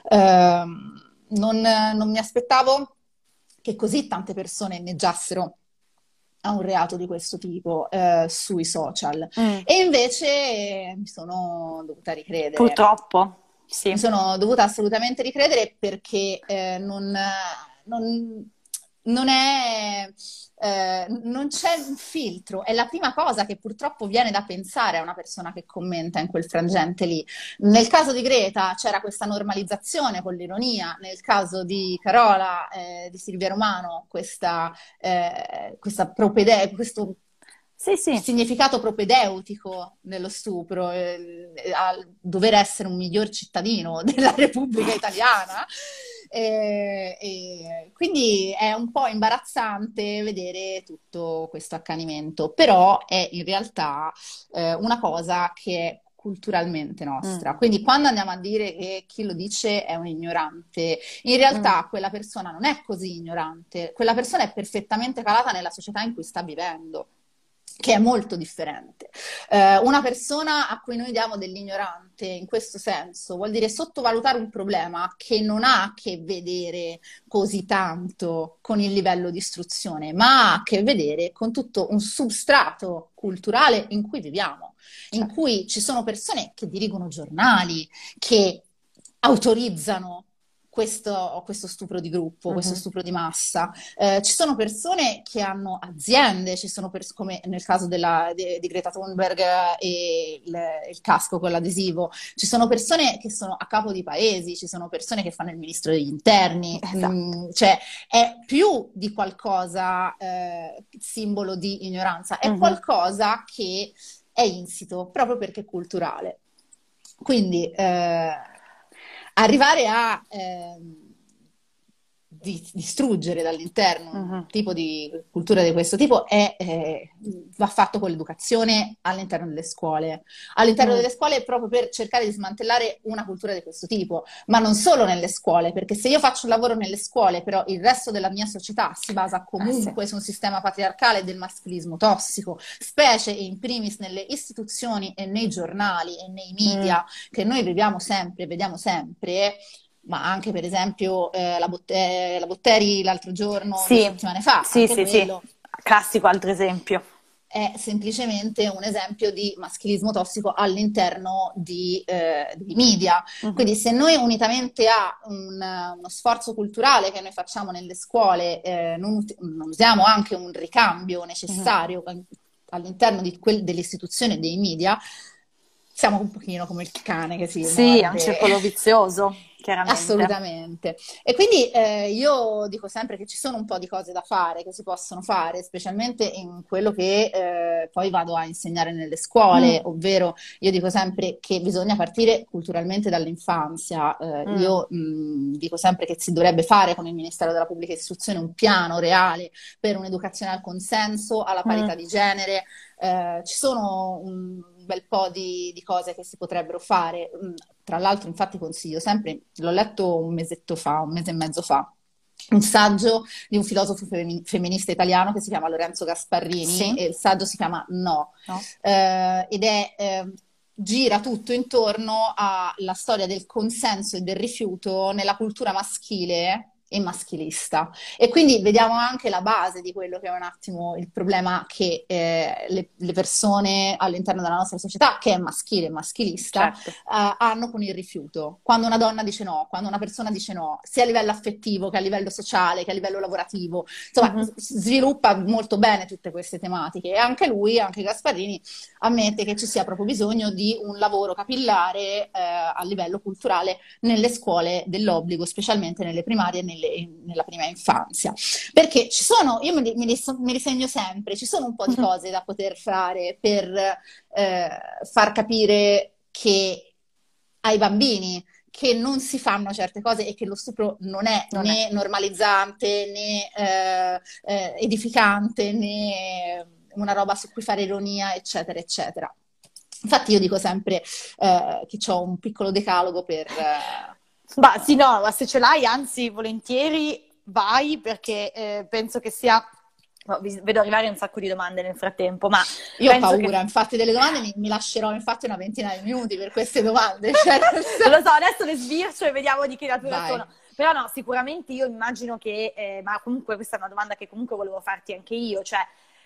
Ehm, non, non mi aspettavo che così tante persone inneggiassero a un reato di questo tipo eh, sui social. Mm. E invece eh, mi sono dovuta ricredere. Purtroppo, sì. Mi sono dovuta assolutamente ricredere perché eh, non, non, non è, eh, non c'è un filtro. È la prima cosa che purtroppo viene da pensare a una persona che commenta in quel frangente lì. Nel caso di Greta c'era questa normalizzazione con l'ironia, nel caso di Carola, eh, di Silvia Romano, questa, eh, questa propede- questo Sì, sì. significato propedeutico nello stupro, eh, al dover essere un miglior cittadino della Repubblica Italiana. E, e quindi è un po' imbarazzante vedere tutto questo accanimento, però è in realtà eh, una cosa che è culturalmente nostra. Mm. Quindi quando andiamo a dire che chi lo dice è un ignorante, in realtà mm. quella persona non è così ignorante, quella persona è perfettamente calata nella società in cui sta vivendo. che è molto differente. Eh, una persona a cui noi diamo dell'ignorante in questo senso vuol dire sottovalutare un problema che non ha a che vedere così tanto con il livello di istruzione, ma ha a che vedere con tutto un substrato culturale in cui viviamo, in cui ci sono persone che dirigono giornali, che autorizzano questo, questo stupro di gruppo, questo Mhm. stupro di massa. Eh, ci sono persone che hanno aziende, ci sono pers- come nel caso della- de- di Greta Thunberg e il, il casco con l'adesivo, ci sono persone che sono a capo di paesi, ci sono persone che fanno il ministro degli interni, Esatto. mm, cioè è più di qualcosa eh, simbolo di ignoranza, è Mhm. qualcosa che è insito proprio perché è culturale. Quindi eh, arrivare a ehm, di- distruggere dall'interno un Mhm. tipo di cultura di questo tipo è, eh, va fatto con l'educazione all'interno delle scuole. All'interno Mm. delle scuole proprio per cercare di smantellare una cultura di questo tipo, ma non solo nelle scuole, perché se io faccio un lavoro nelle scuole, però il resto della mia società si basa comunque su un sistema patriarcale del maschilismo tossico, specie e in primis nelle istituzioni e nei giornali e nei media che noi viviamo sempre, vediamo sempre, ma anche per esempio eh, la, Botte- la Botteri l'altro giorno, due Sì, settimane fa, sì, anche sì, sì. quello Classico altro esempio. è semplicemente un esempio di maschilismo tossico all'interno di, eh, dei media. Mhm. Quindi se noi unitamente a un, uno sforzo culturale che noi facciamo nelle scuole eh, non, ut- non usiamo anche un ricambio necessario all'interno di quel- delle istituzioni e dei media, siamo un pochino come il cane che si Sì, è un morde. circolo vizioso, chiaramente. Assolutamente. E quindi eh, io dico sempre che ci sono un po' di cose da fare, che si possono fare, specialmente in quello che eh, poi vado a insegnare nelle scuole, Mm. ovvero io dico sempre che bisogna partire culturalmente dall'infanzia. Eh, Mm. io mh, dico sempre che si dovrebbe fare con il Ministero della Pubblica Istruzione un piano reale per un'educazione al consenso, alla parità Mm. di genere. Eh, ci sono un bel po' di, di cose che si potrebbero fare. Mm, Tra l'altro, infatti, consiglio sempre, l'ho letto un mesetto fa, un mese e mezzo fa, un saggio di un filosofo femi- femminista italiano che si chiama Lorenzo Gasparrini, Sì. e il saggio si chiama No, No? Eh, ed è eh, gira tutto intorno alla storia del consenso e del rifiuto nella cultura maschile e maschilista. E quindi vediamo anche la base di quello che è un attimo il problema che eh, le, le persone all'interno della nostra società, che è maschile e maschilista, Certo. eh, hanno con il rifiuto. Quando una donna dice no, quando una persona dice no, sia a livello affettivo che a livello sociale, che a livello lavorativo, insomma, Mhm. s- sviluppa molto bene tutte queste tematiche. E anche lui, anche Gasparini, ammette che ci sia proprio bisogno di un lavoro capillare eh, a livello culturale nelle scuole dell'obbligo, specialmente nelle primarie e nelle- nella prima infanzia. Perché ci sono, io me li, me li so- me li segno sempre, ci sono un po' di Mhm. cose da poter fare per eh, far capire che ai bambini che non si fanno certe cose e che lo stupro non è Non né è. normalizzante né eh, eh, edificante né una roba su cui fare ironia, eccetera, eccetera. Infatti io dico sempre eh, che ho un piccolo decalogo per... eh, Ma sì, no, ma se ce l'hai, anzi, volentieri vai, perché eh, penso che sia... no, vi- vedo arrivare un sacco di domande nel frattempo, ma Io ho penso paura, che... infatti delle domande mi, mi lascerò infatti una ventina di minuti per queste domande. Cioè, nel senso- Non lo so, adesso le sbircio e vediamo di che natura Vai. sono. Però no, sicuramente io immagino che, eh, ma comunque questa è una domanda che comunque volevo farti anche io, cioè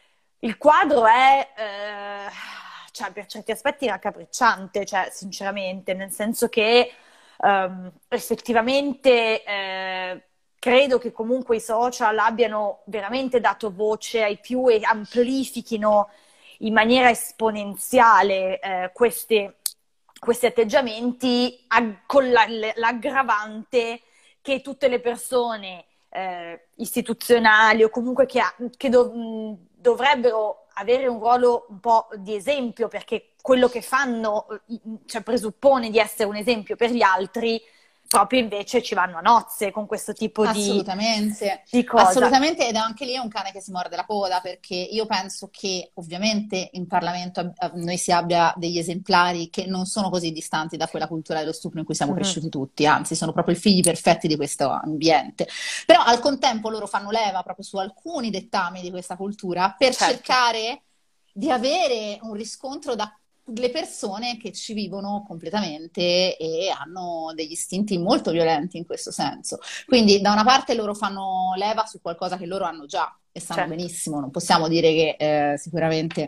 il quadro è, eh, cioè, per certi aspetti raccapricciante, cioè sinceramente, nel senso che ehm, effettivamente eh, credo che comunque i social abbiano veramente dato voce ai più e amplifichino in maniera esponenziale eh, queste- questi atteggiamenti ag- con la- l'aggravante che tutte le persone eh, istituzionali o comunque che, ha- che dov- mh, dovrebbero avere un ruolo un po' di esempio, perché quello che fanno eh, cioè, presuppone di essere un esempio per gli altri, proprio invece ci vanno a nozze con questo tipo di, Assolutamente, di cosa. assolutamente, ed è anche lì un cane che si morde la coda, perché io penso che ovviamente in Parlamento ab- ab- noi si abbia degli esemplari che non sono così distanti da quella cultura dello stupro in cui siamo Mhm. cresciuti tutti, anzi sono proprio i figli perfetti di questo ambiente. Però al contempo loro fanno leva proprio su alcuni dettami di questa cultura per Certo. cercare di avere un riscontro da le persone che ci vivono completamente e hanno degli istinti molto violenti in questo senso. Quindi da una parte loro fanno leva su qualcosa che loro hanno già e sanno Certo. benissimo, non possiamo dire che eh, sicuramente,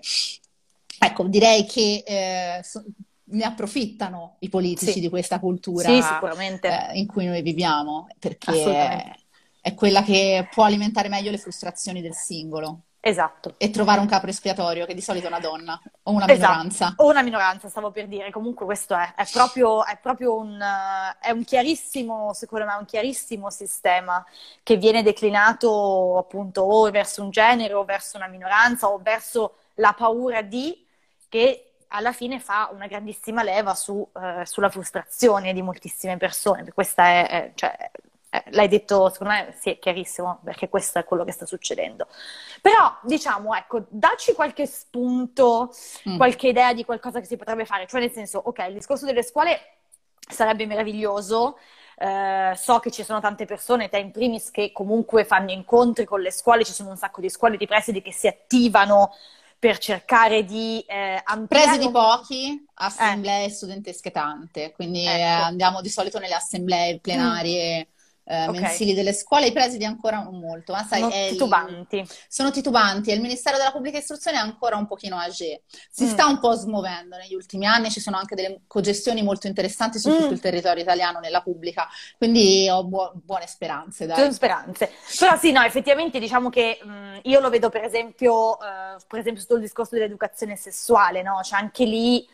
ecco, direi che eh, so- ne approfittano i politici Sì, di questa sì, cultura sicuramente, eh, in cui noi viviamo, assolutamente. perché è quella che può alimentare meglio le frustrazioni del singolo Esatto. e trovare un capro espiatorio, che di solito è una donna o una Esatto, minoranza. o una minoranza, stavo per dire. Comunque questo è, è proprio, è proprio un, eh, è un chiarissimo, secondo me, un chiarissimo sistema che viene declinato appunto o verso un genere o verso una minoranza o verso la paura di, che alla fine fa una grandissima leva su, eh, sulla frustrazione di moltissime persone. Questa è, è- cioè, eh, l'hai detto, secondo me, sì, è chiarissimo, perché questo è quello che sta succedendo. Però, diciamo, ecco, dacci qualche spunto, Mm. qualche idea di qualcosa che si potrebbe fare. Cioè, nel senso, ok, il discorso delle scuole sarebbe meraviglioso. Eh, so che ci sono tante persone, te in primis, che comunque fanno incontri con le scuole, ci sono un sacco di scuole di presidi che si attivano per cercare di eh, ampliare Presidi un... pochi, Eh, assemblee studentesche tante, quindi eh, ecco. andiamo di solito nelle assemblee Mm, plenarie eh, ok, mensili delle scuole, i presidi ancora non molto, ma sai, è sono il- titubanti. sono titubanti e il Ministero della Pubblica Istruzione è ancora un pochino âgé. Si sta Mm, un po' smuovendo negli ultimi anni, ci sono anche delle cogestioni molto interessanti su tutto mm. il territorio italiano nella pubblica, quindi ho buo- buone speranze, Ci sono dai. speranze. Però sì, no, effettivamente diciamo che mh, io lo vedo per esempio, eh, per esempio sotto il discorso dell'educazione sessuale, no? Cioè anche lì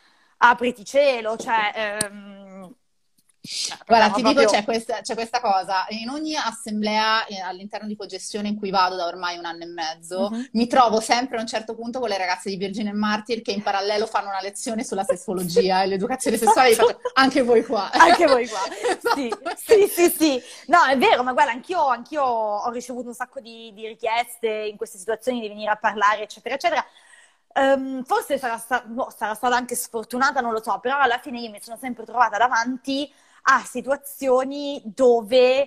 apriti cielo, cioè, ehm, cioè, Guarda, parliamo ti dico, c'è proprio... questa, c'è questa cosa, in ogni assemblea eh, all'interno di cogestione in cui vado da ormai un anno e mezzo, Mhm. mi trovo sempre a un certo punto con le ragazze di Virgine e Martyr che in parallelo fanno una lezione sulla sessuologia e l'educazione sessuale, e gli faccio, Esatto. anche voi qua. Anche voi qua. Sì, Esatto. sì, sì, sì. No, è vero, ma guarda, anch'io, anch'io ho ricevuto un sacco di, di richieste in queste situazioni di venire a parlare, eccetera, eccetera. Ehm, forse sarà, sta- boh, sarà stata anche sfortunata, non lo so, però alla fine io mi sono sempre trovata davanti a situazioni dove,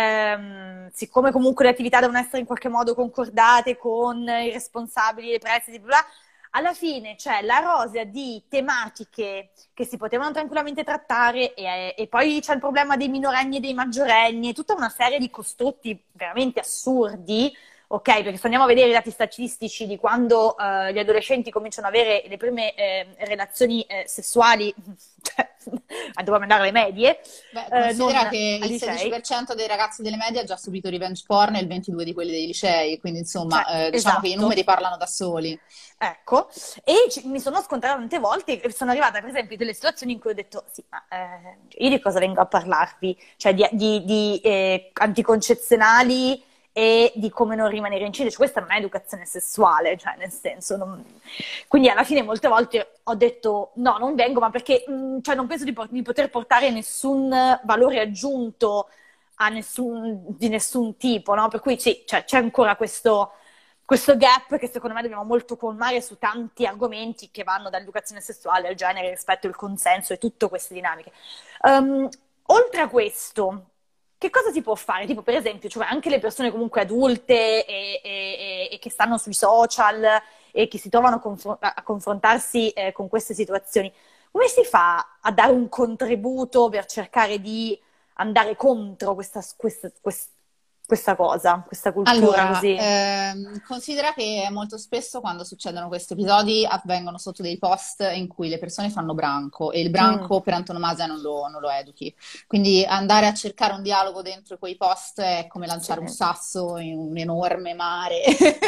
ehm, siccome comunque le attività devono essere in qualche modo concordate con i responsabili dei presidi, bla bla, alla fine c'è la rosea di tematiche che si potevano tranquillamente trattare e, e poi c'è il problema dei minorenni e dei maggiorenni e tutta una serie di costrutti veramente assurdi, ok? Perché se andiamo a vedere i dati statistici di quando eh, gli adolescenti cominciano ad avere le prime eh, relazioni eh, sessuali, cioè, dobbiamo andare alle medie, Beh, eh, non considera che ai il sedici licei. per cento dei ragazzi delle medie ha già subito revenge porn e il ventidue per cento di quelli dei licei, quindi insomma, Cioè, eh, diciamo che i esatto. numeri parlano da soli. Ecco, e ci- mi sono scontrata tante volte, e sono arrivata per esempio in delle situazioni in cui ho detto, sì, ma eh, io di cosa vengo a parlarvi? Cioè di, di- di, eh, anticoncezionali e di come non rimanere incinta, cioè, questa non è educazione sessuale, cioè nel senso, non... Quindi alla fine molte volte ho detto, no, non vengo, ma perché mh, cioè, non penso di, por- di poter portare nessun valore aggiunto a nessun, di nessun tipo, no? Per cui sì, cioè, c'è ancora questo questo gap che secondo me dobbiamo molto colmare su tanti argomenti che vanno dall'educazione sessuale al genere, rispetto al consenso e tutte queste dinamiche. Um, oltre a questo, che cosa si può fare? Tipo, per esempio, cioè anche le persone comunque adulte e, e- e che stanno sui social e che si trovano a, confron- a confrontarsi eh, con queste situazioni, come si fa a dare un contributo per cercare di andare contro questa, questa, quest- questa cosa, questa cultura Allora, così? ehm, considera che molto spesso quando succedono questi episodi avvengono sotto dei post in cui le persone fanno branco e il Mm, branco per antonomasia non lo, non lo educhi. Quindi andare a cercare un dialogo dentro quei post è come lanciare un assolutamente. sasso in un enorme mare,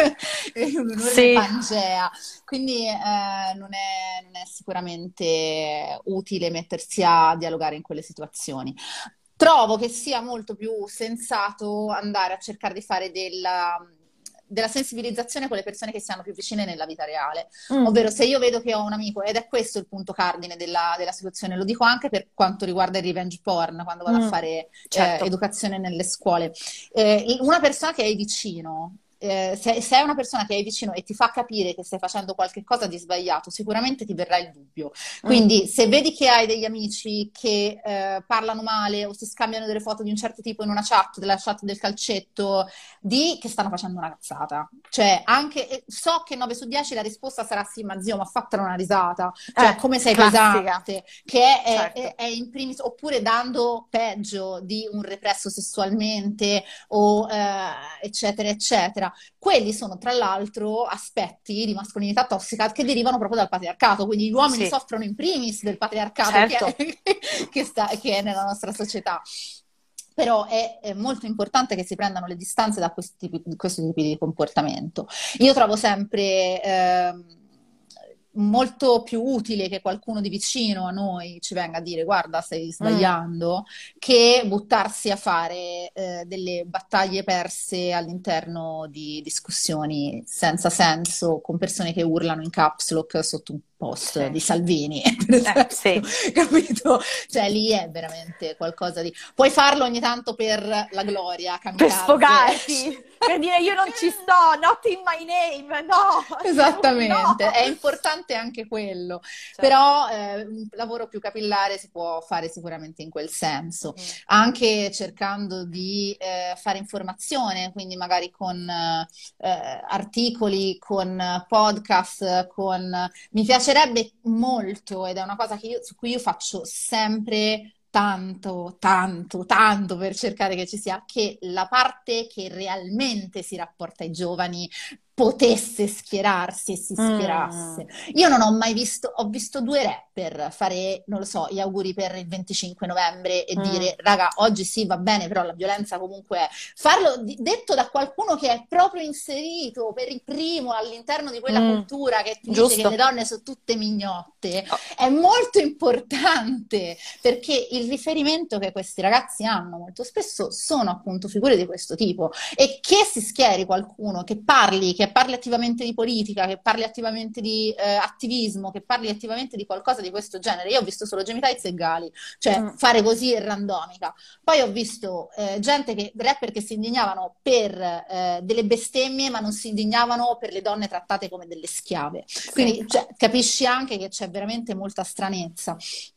in un'enorme Sì, Pangea. Quindi eh, non è, non è sicuramente utile mettersi a dialogare in quelle situazioni. Trovo che sia molto più sensato andare a cercare di fare della, della sensibilizzazione con le persone che siano più vicine nella vita reale. mm, Ovvero, se io vedo che ho un amico, ed è questo il punto cardine della, della situazione, lo dico anche per quanto riguarda il revenge porn, quando vado a mm, fare eh, certo. educazione nelle scuole. Eh, una persona che hai vicino eh, se, se è una persona che hai vicino e ti fa capire che stai facendo qualche cosa di sbagliato, sicuramente ti verrà il dubbio. Quindi se vedi che hai degli amici che eh, parlano male o si scambiano delle foto di un certo tipo in una chat, della chat del calcetto, di che stanno facendo una cazzata. Cioè, anche, eh, so che nove su dieci la risposta sarà sì, ma zio, ma fatela una risata. Cioè, Eh, come sei classica. pesante, che è, Certo. è, è in primis, oppure dando peggio di un represso sessualmente o eh, eccetera, eccetera. Quelli sono tra l'altro aspetti di mascolinità tossica che derivano proprio dal patriarcato, quindi gli uomini Sì. soffrono in primis del patriarcato Certo. che, è, che, sta, che è nella nostra società. Però è, è molto importante che si prendano le distanze da questi tipi, questi tipi di comportamento. Io trovo sempre eh, molto più utile che qualcuno di vicino a noi ci venga a dire guarda, stai sbagliando, mm. che buttarsi a fare eh, delle battaglie perse all'interno di discussioni senza senso con persone che urlano in caps lock sotto un post sì. di Salvini, per esempio, eh, sì. capito? Cioè lì è veramente qualcosa di... Puoi farlo ogni tanto per la gloria, kamikaze. Per sfogarti, per dire io non ci sto, not in my name, no! Esattamente, no. è importante anche quello, certo. Però eh, un lavoro più capillare si può fare sicuramente in quel senso, mm. anche cercando di eh, fare informazione, quindi magari con eh, articoli, con podcast, con... Mi piacerebbe molto, ed è una cosa che io, su cui io faccio sempre tanto, tanto, tanto per cercare che ci sia, che la parte che realmente si rapporta ai giovani potesse schierarsi e si schierasse. Mm. Io non ho mai visto, ho visto due rapper fare, non lo so, gli auguri per il venticinque novembre e mm. dire, raga, oggi sì va bene, però la violenza comunque è. Farlo di, detto da qualcuno che è proprio inserito per il primo all'interno di quella mm. cultura che ti Giusto. Dice che le donne sono tutte mignotte, oh. è molto importante, perché il riferimento che questi ragazzi hanno molto spesso sono appunto figure di questo tipo, e che si schieri qualcuno, che parli, che parli attivamente di politica, che parli attivamente di eh, attivismo, che parli attivamente di qualcosa di questo genere. Io ho visto solo Jamie Tights e Gali, cioè mm. fare così è randomica. Poi ho visto eh, gente che, rapper che si indignavano per eh, delle bestemmie, ma non si indignavano per le donne trattate come delle schiave. Quindi sì. cioè, capisci anche che c'è veramente molta stranezza.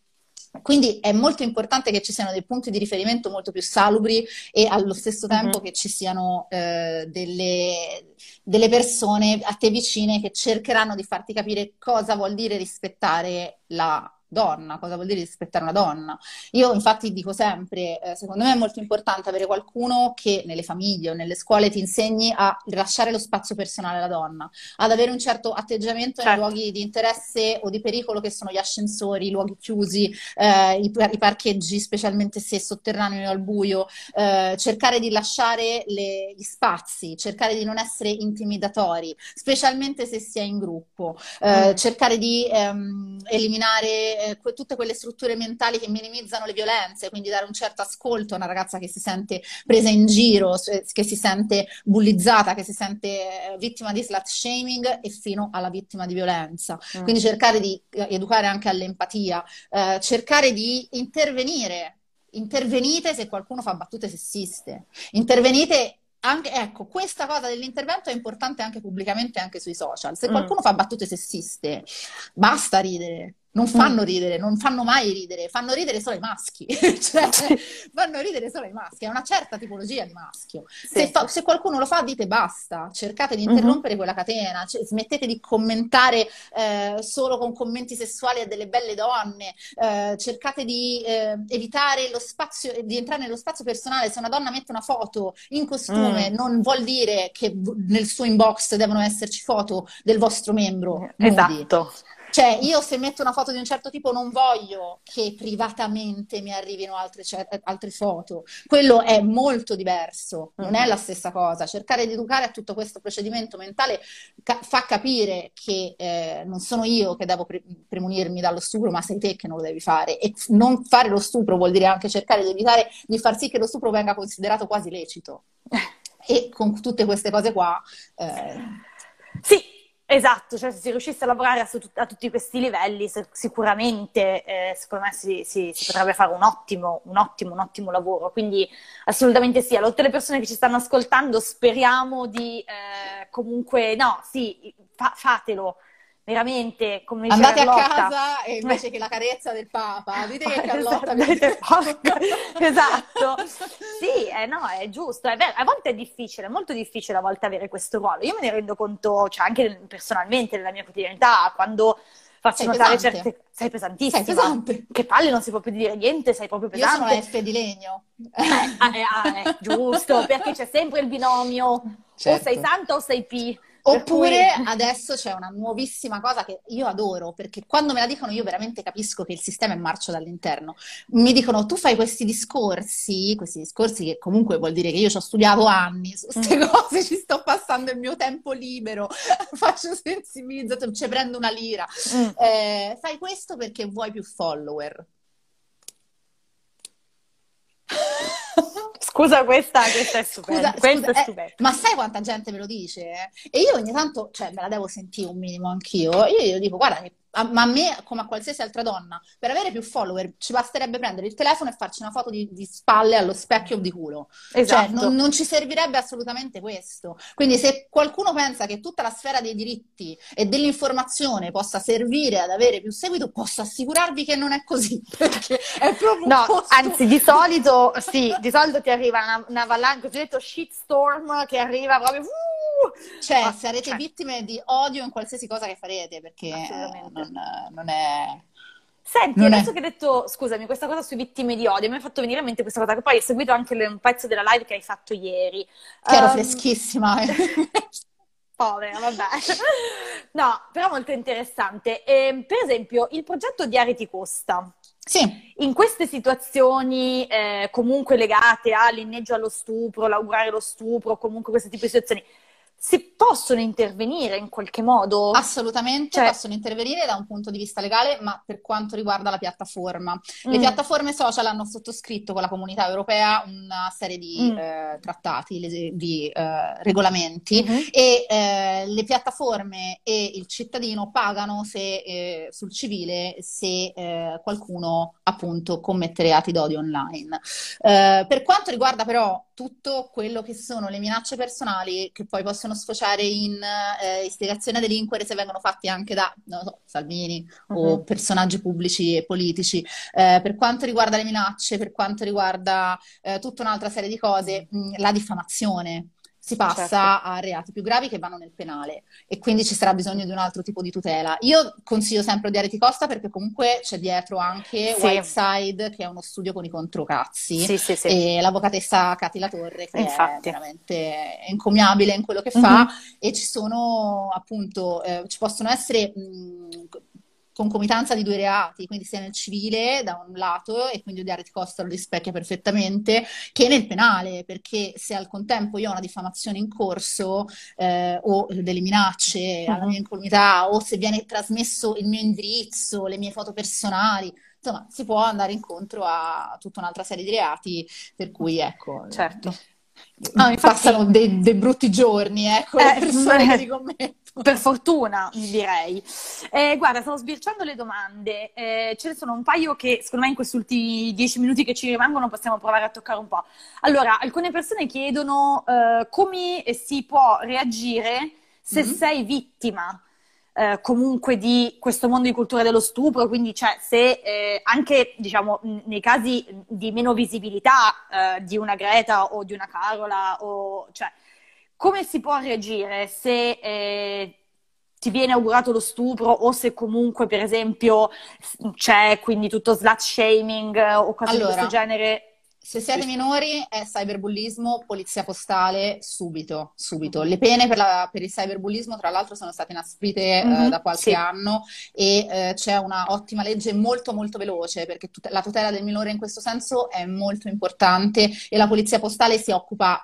Quindi è molto importante che ci siano dei punti di riferimento molto più salubri e allo stesso tempo uh-huh. che ci siano eh, delle, delle persone a te vicine che cercheranno di farti capire cosa vuol dire rispettare la donna, cosa vuol dire rispettare una donna. Io infatti dico sempre, eh, secondo me è molto importante avere qualcuno che nelle famiglie o nelle scuole ti insegni a lasciare lo spazio personale alla donna, ad avere un certo atteggiamento certo. nei luoghi di interesse o di pericolo che sono gli ascensori, i luoghi chiusi, eh, i, i parcheggi, specialmente se sotterranei o al buio, eh, cercare di lasciare le, gli spazi, cercare di non essere intimidatori, specialmente se si è in gruppo, eh, mm. cercare di ehm, eliminare tutte quelle strutture mentali che minimizzano le violenze, quindi dare un certo ascolto a una ragazza che si sente presa in giro, che si sente bullizzata, che si sente vittima di slut shaming, e fino alla vittima di violenza. Mm. Quindi cercare di educare anche all'empatia, eh, cercare di intervenire. Intervenite se qualcuno fa battute sessiste. Intervenite anche, ecco, questa cosa dell'intervento è importante anche pubblicamente, anche sui social. Se qualcuno mm. fa battute sessiste, basta ridere. Non fanno mm. ridere, non fanno mai ridere, fanno ridere solo i maschi, cioè fanno ridere solo i maschi, è una certa tipologia di maschio. Sì. Se, fa, se qualcuno lo fa, dite basta, cercate di interrompere mm-hmm. quella catena, cioè, smettete di commentare eh, solo con commenti sessuali a delle belle donne, eh, cercate di eh, evitare lo spazio, di entrare nello spazio personale. Se una donna mette una foto in costume, mm. non vuol dire che nel suo inbox devono esserci foto del vostro membro. Esatto. Nudi. Cioè, io se metto una foto di un certo tipo non voglio che privatamente mi arrivino altre, altre foto. Quello è molto diverso, non mm-hmm. è la stessa cosa. Cercare di educare a tutto questo procedimento mentale ca- fa capire che eh, non sono io che devo pre- premunirmi dallo stupro, ma sei te che non lo devi fare. E non fare lo stupro vuol dire anche cercare di evitare di far sì che lo stupro venga considerato quasi lecito. E con tutte queste cose qua... Eh... Sì. Esatto, cioè se si riuscisse a lavorare a, su- a tutti questi livelli, se- sicuramente, eh, secondo me si, si- si potrebbe fare un ottimo, un ottimo, un ottimo lavoro. Quindi assolutamente sì. A tutte le persone che ci stanno ascoltando, speriamo di eh, comunque, no, sì, fa- fatelo, veramente, come dice Andate a Carlotta. casa e invece che la carezza del Papa, dite che Carlotta Esatto, vi ha dite, detto. porca- esatto. Sì, eh, no, è giusto, è vero. A volte è difficile, è molto difficile a volte avere questo ruolo. Io me ne rendo conto, cioè anche personalmente nella mia quotidianità, quando faccio Sei notare pesante. certe... Sei Sei pesantissima. pesante. Che palle, non si può più dire niente, sei proprio Io sono la pesante. F di legno. Eh, ah, eh, ah, eh, giusto, perché c'è sempre il binomio, o sei Certo. santa o sei P. Per Oppure cui... adesso c'è una nuovissima cosa che io adoro, perché quando me la dicono io veramente capisco che il sistema è marcio dall'interno. Mi dicono, tu fai questi discorsi, questi discorsi che comunque vuol dire che io ci ho studiato anni su queste Mm. cose, ci sto passando il mio tempo libero, faccio sensibilizzazione, ci prendo una lira. Mm. Eh, fai questo perché vuoi più follower. Scusa, questa, questa è stupenda. Scusa, Questa scusa, è eh, stupenda. ma sai quanta gente me lo dice? eh? E io ogni tanto, cioè, me la devo sentire un minimo anch'io. Io io dico, guarda, che a- ma a me, come a qualsiasi altra donna, per avere più follower ci basterebbe prendere il telefono e farci una foto di, di spalle allo specchio di culo. Cioè, Esatto. non, non ci servirebbe assolutamente questo. Quindi se qualcuno pensa che tutta la sfera dei diritti e dell'informazione possa servire ad avere più seguito, posso assicurarvi che non è così, perché è proprio un No, posto... anzi, di solito, sì, di solito ti arriva una, una valanga, cosiddetto shitstorm, che arriva proprio... uh! Cioè, Ah, sarete cioè, vittime di odio in qualsiasi cosa che farete, perché eh, assolutamente. non, non è... Senti, Non adesso è... che hai detto, scusami, questa cosa sui vittime di odio, mi hai fatto venire in mente questa cosa, che poi hai seguito anche le- un pezzo della live che hai fatto ieri. Che ero Ehm, freschissima. eh. Povera, vabbè. No, però molto interessante. Ehm, per esempio, il progetto di Areti Costa. Sì. In queste situazioni eh, comunque legate all'inneggio allo stupro, l'augurare lo stupro, comunque questo tipo di situazioni, si possono intervenire in qualche modo? Assolutamente, Cioè, possono intervenire da un punto di vista legale, ma per quanto riguarda la piattaforma. Le mm, piattaforme social hanno sottoscritto con la Comunità Europea una serie di mm, eh, trattati, le- di eh, regolamenti mhm, e eh, le piattaforme e il cittadino pagano se, eh, sul civile se eh, qualcuno appunto commette reati d'odio online. Eh, per quanto riguarda però tutto quello che sono le minacce personali che poi possono sfociare in eh, istigazione a delinquere se vengono fatti anche da, non lo so, Salvini o mhm, personaggi pubblici e politici. Eh, per quanto riguarda le minacce, per quanto riguarda eh, tutta un'altra serie di cose, mh, la diffamazione. Si certo. passa a reati più gravi che vanno nel penale e quindi ci sarà bisogno di un altro tipo di tutela. Io consiglio sempre di Areti Costa perché comunque c'è dietro anche Sì, Whiteside, che è uno studio con i controcazzi, sì, sì, sì, e l'avvocatessa Cati Latorre, che è infatti. veramente encomiabile in quello che Mhm, fa, e ci sono appunto, eh, ci possono essere mh, concomitanza di due reati, quindi sia nel civile da un lato, e quindi Odiare ti costa lo rispecchia perfettamente, che nel penale, perché se al contempo io ho una diffamazione in corso eh, o delle minacce alla mhm. mia incolumità, o se viene trasmesso il mio indirizzo, le mie foto personali, insomma, si può andare incontro a tutta un'altra serie di reati, per cui ecco, Certo. No, infatti, passano dei, dei brutti giorni, ecco, le eh, persone che li commettono. per fortuna, direi. Eh, guarda, stavo sbirciando le domande, eh, ce ne sono un paio che secondo me in questi ultimi dieci minuti che ci rimangono possiamo provare a toccare un po'. Allora, alcune persone chiedono eh, come si può reagire se Mhm. sei vittima eh, comunque di questo mondo di cultura dello stupro, quindi cioè se eh, anche diciamo n- nei casi di meno visibilità eh, di una Greta o di una Carola, o cioè come si può reagire se eh, ti viene augurato lo stupro o se comunque per esempio s- c'è quindi tutto slut shaming eh, o cose di questo Allora, genere? se siete minori è cyberbullismo, polizia postale, subito, subito. Mhm. Le pene per, la- per il cyberbullismo, tra l'altro, sono state inasprite eh, Mhm, da qualche sì, anno e eh, c'è una ottima legge molto molto veloce perché tut- la tutela del minore in questo senso è molto importante e la polizia postale si occupa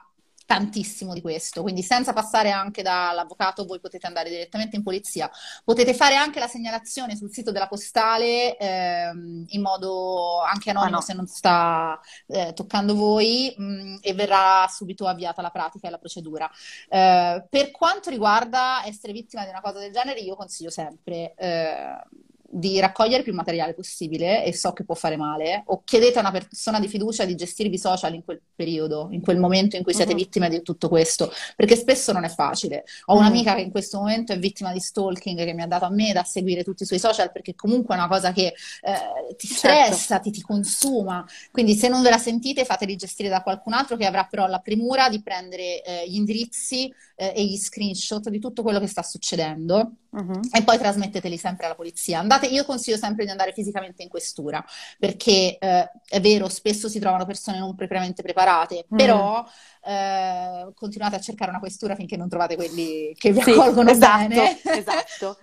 tantissimo di questo, quindi senza passare anche dall'avvocato voi potete andare direttamente in polizia, potete fare anche la segnalazione sul sito della postale ehm, in modo anche Ah anonimo no. se non sta eh, toccando voi mh, e verrà subito avviata la pratica e la procedura. Eh, per quanto riguarda essere vittima di una cosa del genere, io consiglio sempre eh, di raccogliere più materiale possibile, e so che può fare male, o chiedete a una persona di fiducia di gestirvi i social in quel periodo, in quel momento in cui siete Mhm. vittime di tutto questo, perché spesso non è facile. Ho Mm. un'amica che in questo momento è vittima di stalking, che mi ha dato a me da seguire tutti i suoi social, perché comunque è una cosa che eh, ti Certo. stressa, ti, ti consuma. Quindi se non ve la sentite, fateli gestire da qualcun altro che avrà però la premura di prendere eh, gli indirizzi eh, e gli screenshot di tutto quello che sta succedendo. Mhm. E poi trasmetteteli sempre alla polizia. Andate, io consiglio sempre di andare fisicamente in questura, perché eh, è vero, spesso si trovano persone non propriamente preparate, Mm. però eh, continuate a cercare una questura finché non trovate quelli che vi Sì, accolgono esatto, bene. esatto.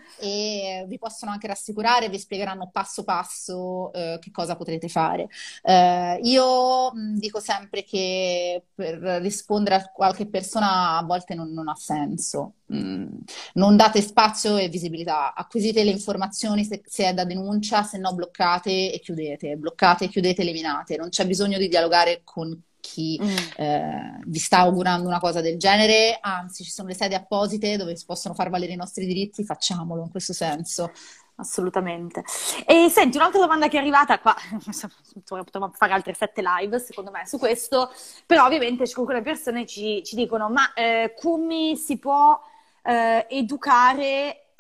E vi possono anche rassicurare, vi spiegheranno passo passo eh, che cosa potrete fare. Eh, io mh, dico sempre che per rispondere a qualche persona a volte non, non ha senso. Mm, non date spazio e visibilità, acquisite le informazioni se, se è da denuncia, se no bloccate e chiudete, bloccate e chiudete, eliminate. Non c'è bisogno di dialogare con chi Mm. eh, vi sta augurando una cosa del genere, anzi ci sono le sedi apposite dove si possono far valere i nostri diritti, facciamolo in questo senso. Assolutamente. E senti, un'altra domanda che è arrivata qua, potremmo fare altre sette live secondo me su questo, però ovviamente alcune persone ci, ci dicono, ma eh, come si può eh, educare,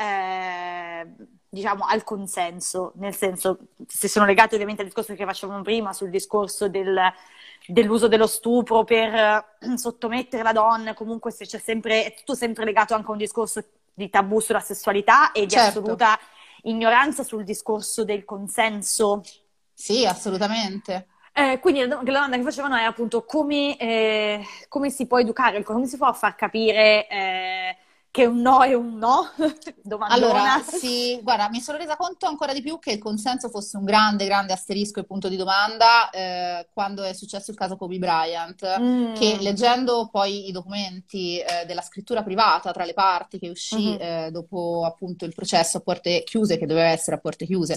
eh, diciamo, al consenso? Nel senso, se sono legate ovviamente al discorso che facevamo prima sul discorso del, dell'uso dello stupro per eh, sottomettere la donna, comunque se c'è sempre, è tutto sempre legato anche a un discorso di tabù sulla sessualità e di Certo. assoluta ignoranza sul discorso del consenso. Sì, assolutamente. Eh, quindi la, la domanda che facevano è appunto come, eh, come si può educare, come si può far capire eh, che un no è un no? Domandona. Allora, sì, guarda, mi sono resa conto ancora di più che il consenso fosse un grande, grande asterisco e punto di domanda eh, quando è successo il caso Kobe Bryant, Mm. che leggendo poi i documenti eh, della scrittura privata tra le parti che uscì Mhm. eh, dopo appunto il processo a porte chiuse, che doveva essere a porte chiuse,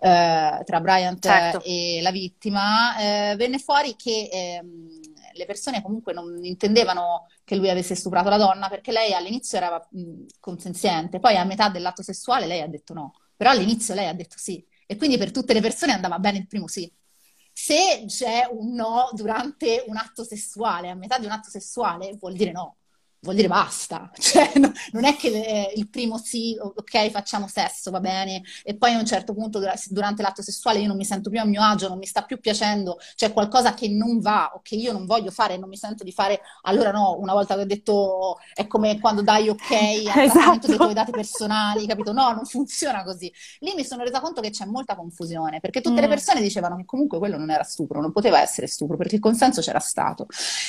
eh, tra Bryant Certo. e la vittima, eh, venne fuori che ehm, le persone comunque non intendevano che lui avesse stuprato la donna, perché lei all'inizio era mh, consenziente, poi a metà dell'atto sessuale lei ha detto no, però all'inizio lei ha detto sì, e quindi per tutte le persone andava bene il primo sì. Se c'è un no durante un atto sessuale, a metà di un atto sessuale, vuol dire no, vuol dire basta. Cioè, no, non è che eh, il primo sì, ok, facciamo sesso, va bene, e poi a un certo punto dura- durante l'atto sessuale io non mi sento più a mio agio, non mi sta più piacendo, c'è qualcosa che non va o che io non voglio fare e non mi sento di fare, allora no, una volta che ho detto è come quando dai ok al trattamento dei tuoi Esatto. dati personali, capito? No, non funziona così. Lì mi sono resa conto che c'è molta confusione, perché tutte le Mm. persone dicevano che comunque quello non era stupro, non poteva essere stupro, perché il consenso c'era stato.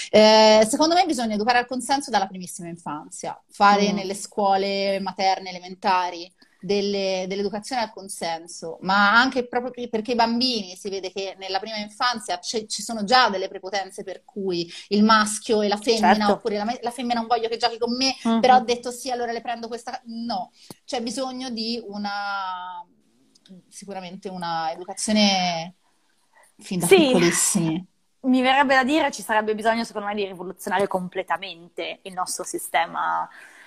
Eh, secondo me bisogna educare al consenso dalla primissima infanzia, fare Mm. nelle scuole materne, elementari, delle- dell'educazione al consenso, ma anche proprio perché i bambini si vede che nella prima infanzia c'è- ci sono già delle prepotenze per cui il maschio e la femmina, Certo. oppure la, me- la femmina non voglio che giochi con me, Mhm. però ho detto sì, allora le prendo questa. No, c'è bisogno di una, sicuramente una educazione fin da Sì, piccolissimi. mi verrebbe da dire ci sarebbe bisogno secondo me di rivoluzionare completamente il nostro sistema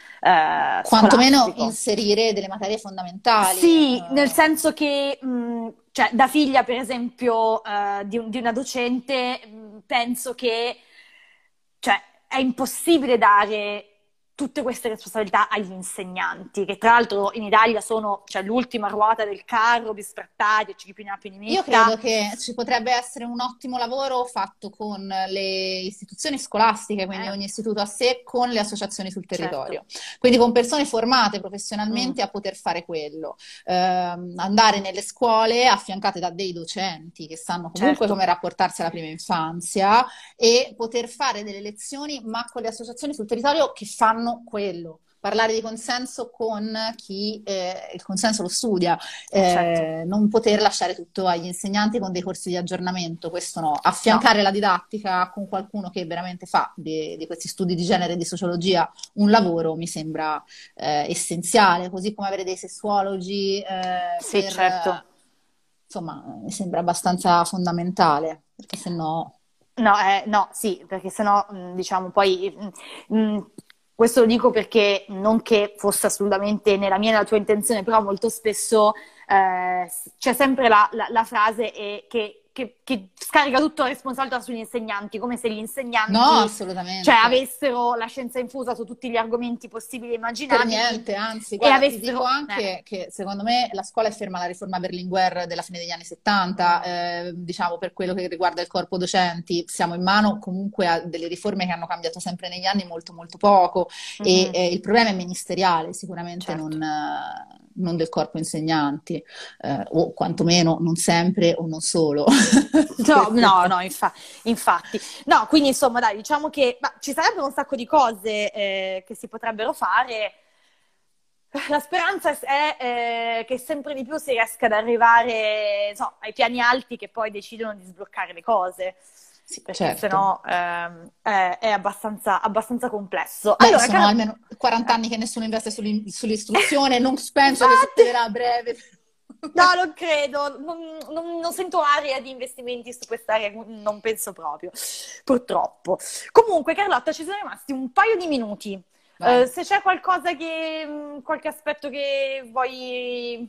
eh, Quantomeno scolastico. inserire delle materie fondamentali. Sì, eh. nel senso che, mh, cioè, da figlia, per esempio, eh, di, un- di una docente, mh, penso che, cioè, è impossibile dare tutte queste responsabilità agli insegnanti, che tra l'altro in Italia sono, cioè, l'ultima ruota del carro, bisfrattati, c'è chi più ne ha più ne Io metta. credo che ci potrebbe essere un ottimo lavoro fatto con le istituzioni scolastiche, quindi Eh, ogni istituto a sé, con le associazioni sul certo. territorio. Quindi con persone formate professionalmente Mm. a poter fare quello. Ehm, andare nelle scuole affiancate da dei docenti che sanno comunque Certo. come rapportarsi alla prima infanzia e poter fare delle lezioni, ma con le associazioni sul territorio che fanno quello. parlare di consenso con chi eh, il consenso lo studia, Eh, eh, certo. non poter lasciare tutto agli insegnanti con dei corsi di aggiornamento, questo no. No. Affiancare la didattica con qualcuno che veramente fa di, di questi studi di genere e di sociologia un lavoro mi sembra eh, essenziale, così come avere dei sessuologi eh, Sì, per, certo. eh, insomma, mi sembra abbastanza fondamentale, perché se no... No, eh, no, sì, perché sennò, mh, diciamo, poi mh, mh, questo lo dico perché non che fosse assolutamente nella mia e nella tua intenzione, però molto spesso eh, s- c'è sempre la, la- la frase e- che, che- che scarica tutta la responsabilità sugli insegnanti, come se gli No, insegnanti, cioè, assolutamente. avessero la scienza infusa su tutti gli argomenti possibili e Per immaginabili niente, anzi, e guarda, ti dico avessero... eh, anche che secondo me la scuola è ferma alla riforma Berlinguer della fine degli anni settanta, eh, diciamo per quello che riguarda il corpo docenti, siamo in mano comunque a delle riforme che hanno cambiato sempre negli anni molto molto poco e mhm, eh, il problema è ministeriale, sicuramente non, certo. eh, non del corpo insegnanti, eh, o quantomeno non sempre o non solo. No, Per no, cui- no, infa- infatti. No, quindi insomma, dai, diciamo che ma, ci sarebbero un sacco di cose eh, che si potrebbero fare. La speranza è eh, che sempre di più si riesca ad arrivare, so, ai piani alti che poi decidono di sbloccare le cose, Sì, perché certo. sennò ehm, è, è abbastanza, abbastanza complesso. Beh, Allora, sono cara... almeno quaranta eh. anni che nessuno investe sull'in- sull'istruzione, non penso che Infatti, succederà a breve. no, non credo, non, non- non sento aria di investimenti su quest'area, non penso proprio, purtroppo. Comunque, Carlotta, ci sono rimasti un paio di minuti. Eh, Vai, se c'è qualcosa che, mh, qualche aspetto che vuoi,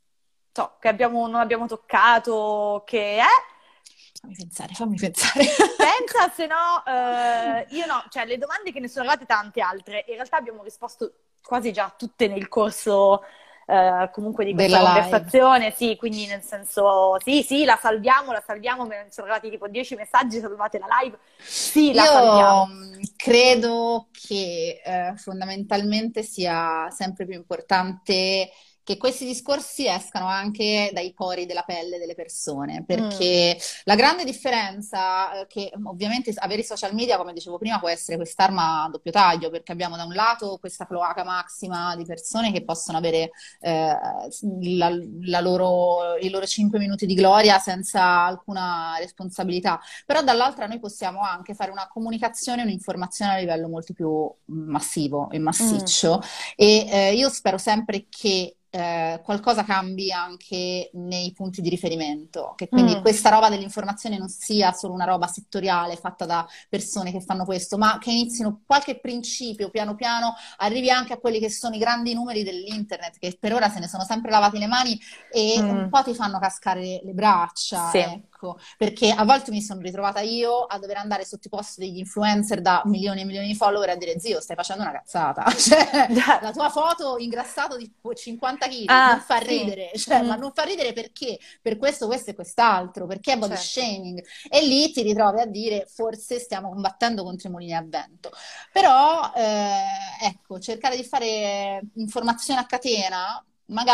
so, che abbiamo, non abbiamo toccato, che è, fammi pensare, fammi pensare. pensa, se no, eh, io no, cioè le domande che ne sono arrivate tante altre, in realtà abbiamo risposto quasi già tutte nel corso eh, comunque di questa Della live. conversazione, sì, quindi nel senso, sì, sì, la salviamo, la salviamo, me ne sono arrivati tipo dieci messaggi, salvate la live, sì, la Io salviamo. mh, credo che eh, fondamentalmente sia sempre più importante che questi discorsi escano anche dai pori della pelle delle persone, Mm, perché la grande differenza, eh, che mh, ovviamente avere i social media, come dicevo prima, può essere quest'arma a doppio taglio, perché abbiamo da un lato questa cloaca massima di persone che possono avere eh, la, la loro, i loro cinque minuti di gloria senza alcuna responsabilità. Però dall'altra noi possiamo anche fare una comunicazione, un'informazione a livello molto più massivo e mm, massiccio e eh, io spero sempre che eh, qualcosa cambi anche nei punti di riferimento, che quindi mm, questa roba dell'informazione non sia solo una roba settoriale fatta da persone che fanno questo, ma che inizino qualche principio, piano piano arrivi anche a quelli che sono i grandi numeri dell'internet, che per ora se ne sono sempre lavati le mani e un mm, po' ti fanno cascare le braccia, sì. ecco, perché a volte mi sono ritrovata io a dover andare sotto i post degli influencer da milioni e milioni di follower a dire zio, stai facendo una cazzata, cioè la tua foto ingrassato di cinquanta chili non Ah, fa sì, ridere, cioè, ma mm, non fa ridere perché? Per questo, questo e quest'altro, perché è body certo. shaming e lì ti ritrovi a dire forse stiamo combattendo contro i mulini a vento. Però, eh, ecco, cercare di fare informazione a catena,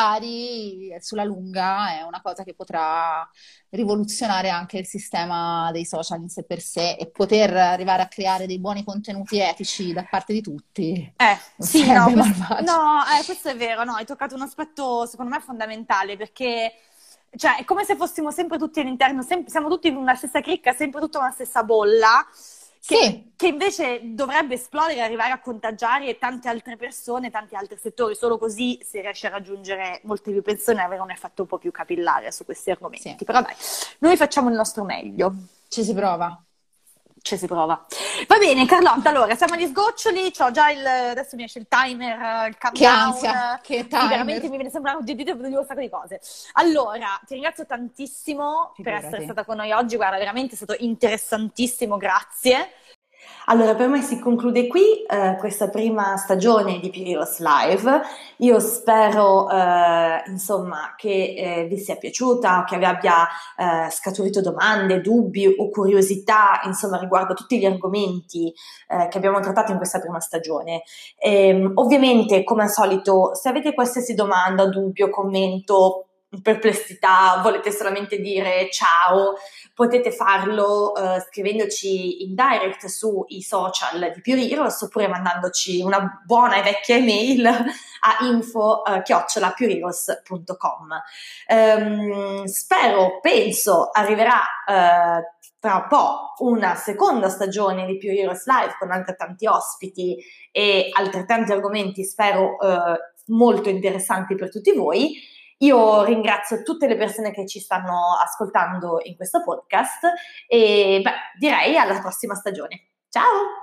magari sulla lunga è una cosa che potrà rivoluzionare anche il sistema dei social in sé per sé e poter arrivare a creare dei buoni contenuti etici da parte di tutti Eh, non sì, no, sarebbe questo, malvagio. no, eh, questo è vero, no, hai toccato un aspetto secondo me fondamentale perché, cioè, è come se fossimo sempre tutti all'interno, sem- siamo tutti in una stessa cricca, sempre tutta una stessa bolla, che, Sì, che invece dovrebbe esplodere e arrivare a contagiare tante altre persone, tanti altri settori, solo così si riesce a raggiungere molte più persone e avere un effetto un po' più capillare su questi sì, argomenti. Però dai, noi facciamo il nostro meglio. ci si prova. Ci si prova. Va bene, Carlotta, allora siamo agli sgoccioli, c'ho già il, adesso mi esce il timer, eh, il Che countdown, ansia, eh, che sì, veramente timer. mi viene sempre di dire un sacco di cose. Allora, ti ringrazio tantissimo per essere Figurati. stata con noi oggi, guarda, veramente è stato interessantissimo, grazie. Allora, per me si conclude qui eh, questa prima stagione di Pirios Live. Io spero, eh, insomma, che eh, vi sia piaciuta, che vi abbia eh, scaturito domande, dubbi o curiosità, insomma, riguardo a tutti gli argomenti eh, che abbiamo trattato in questa prima stagione. E, ovviamente, come al solito, se avete qualsiasi domanda, dubbio, commento, perplessità, volete solamente dire ciao, potete farlo uh, scrivendoci in direct sui social di Pure Heroes oppure mandandoci una buona e vecchia email a info chiocciola pure heroes punto com. Um, spero, penso, arriverà uh, tra un po' una seconda stagione di Pure Heroes Live con altrettanti ospiti e altrettanti argomenti, spero uh, molto interessanti per tutti voi. Io ringrazio tutte le persone che ci stanno ascoltando in questo podcast e beh, direi alla prossima stagione. Ciao!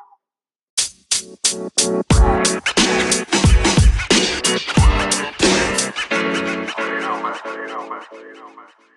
You know, man. You know, man. You know, man.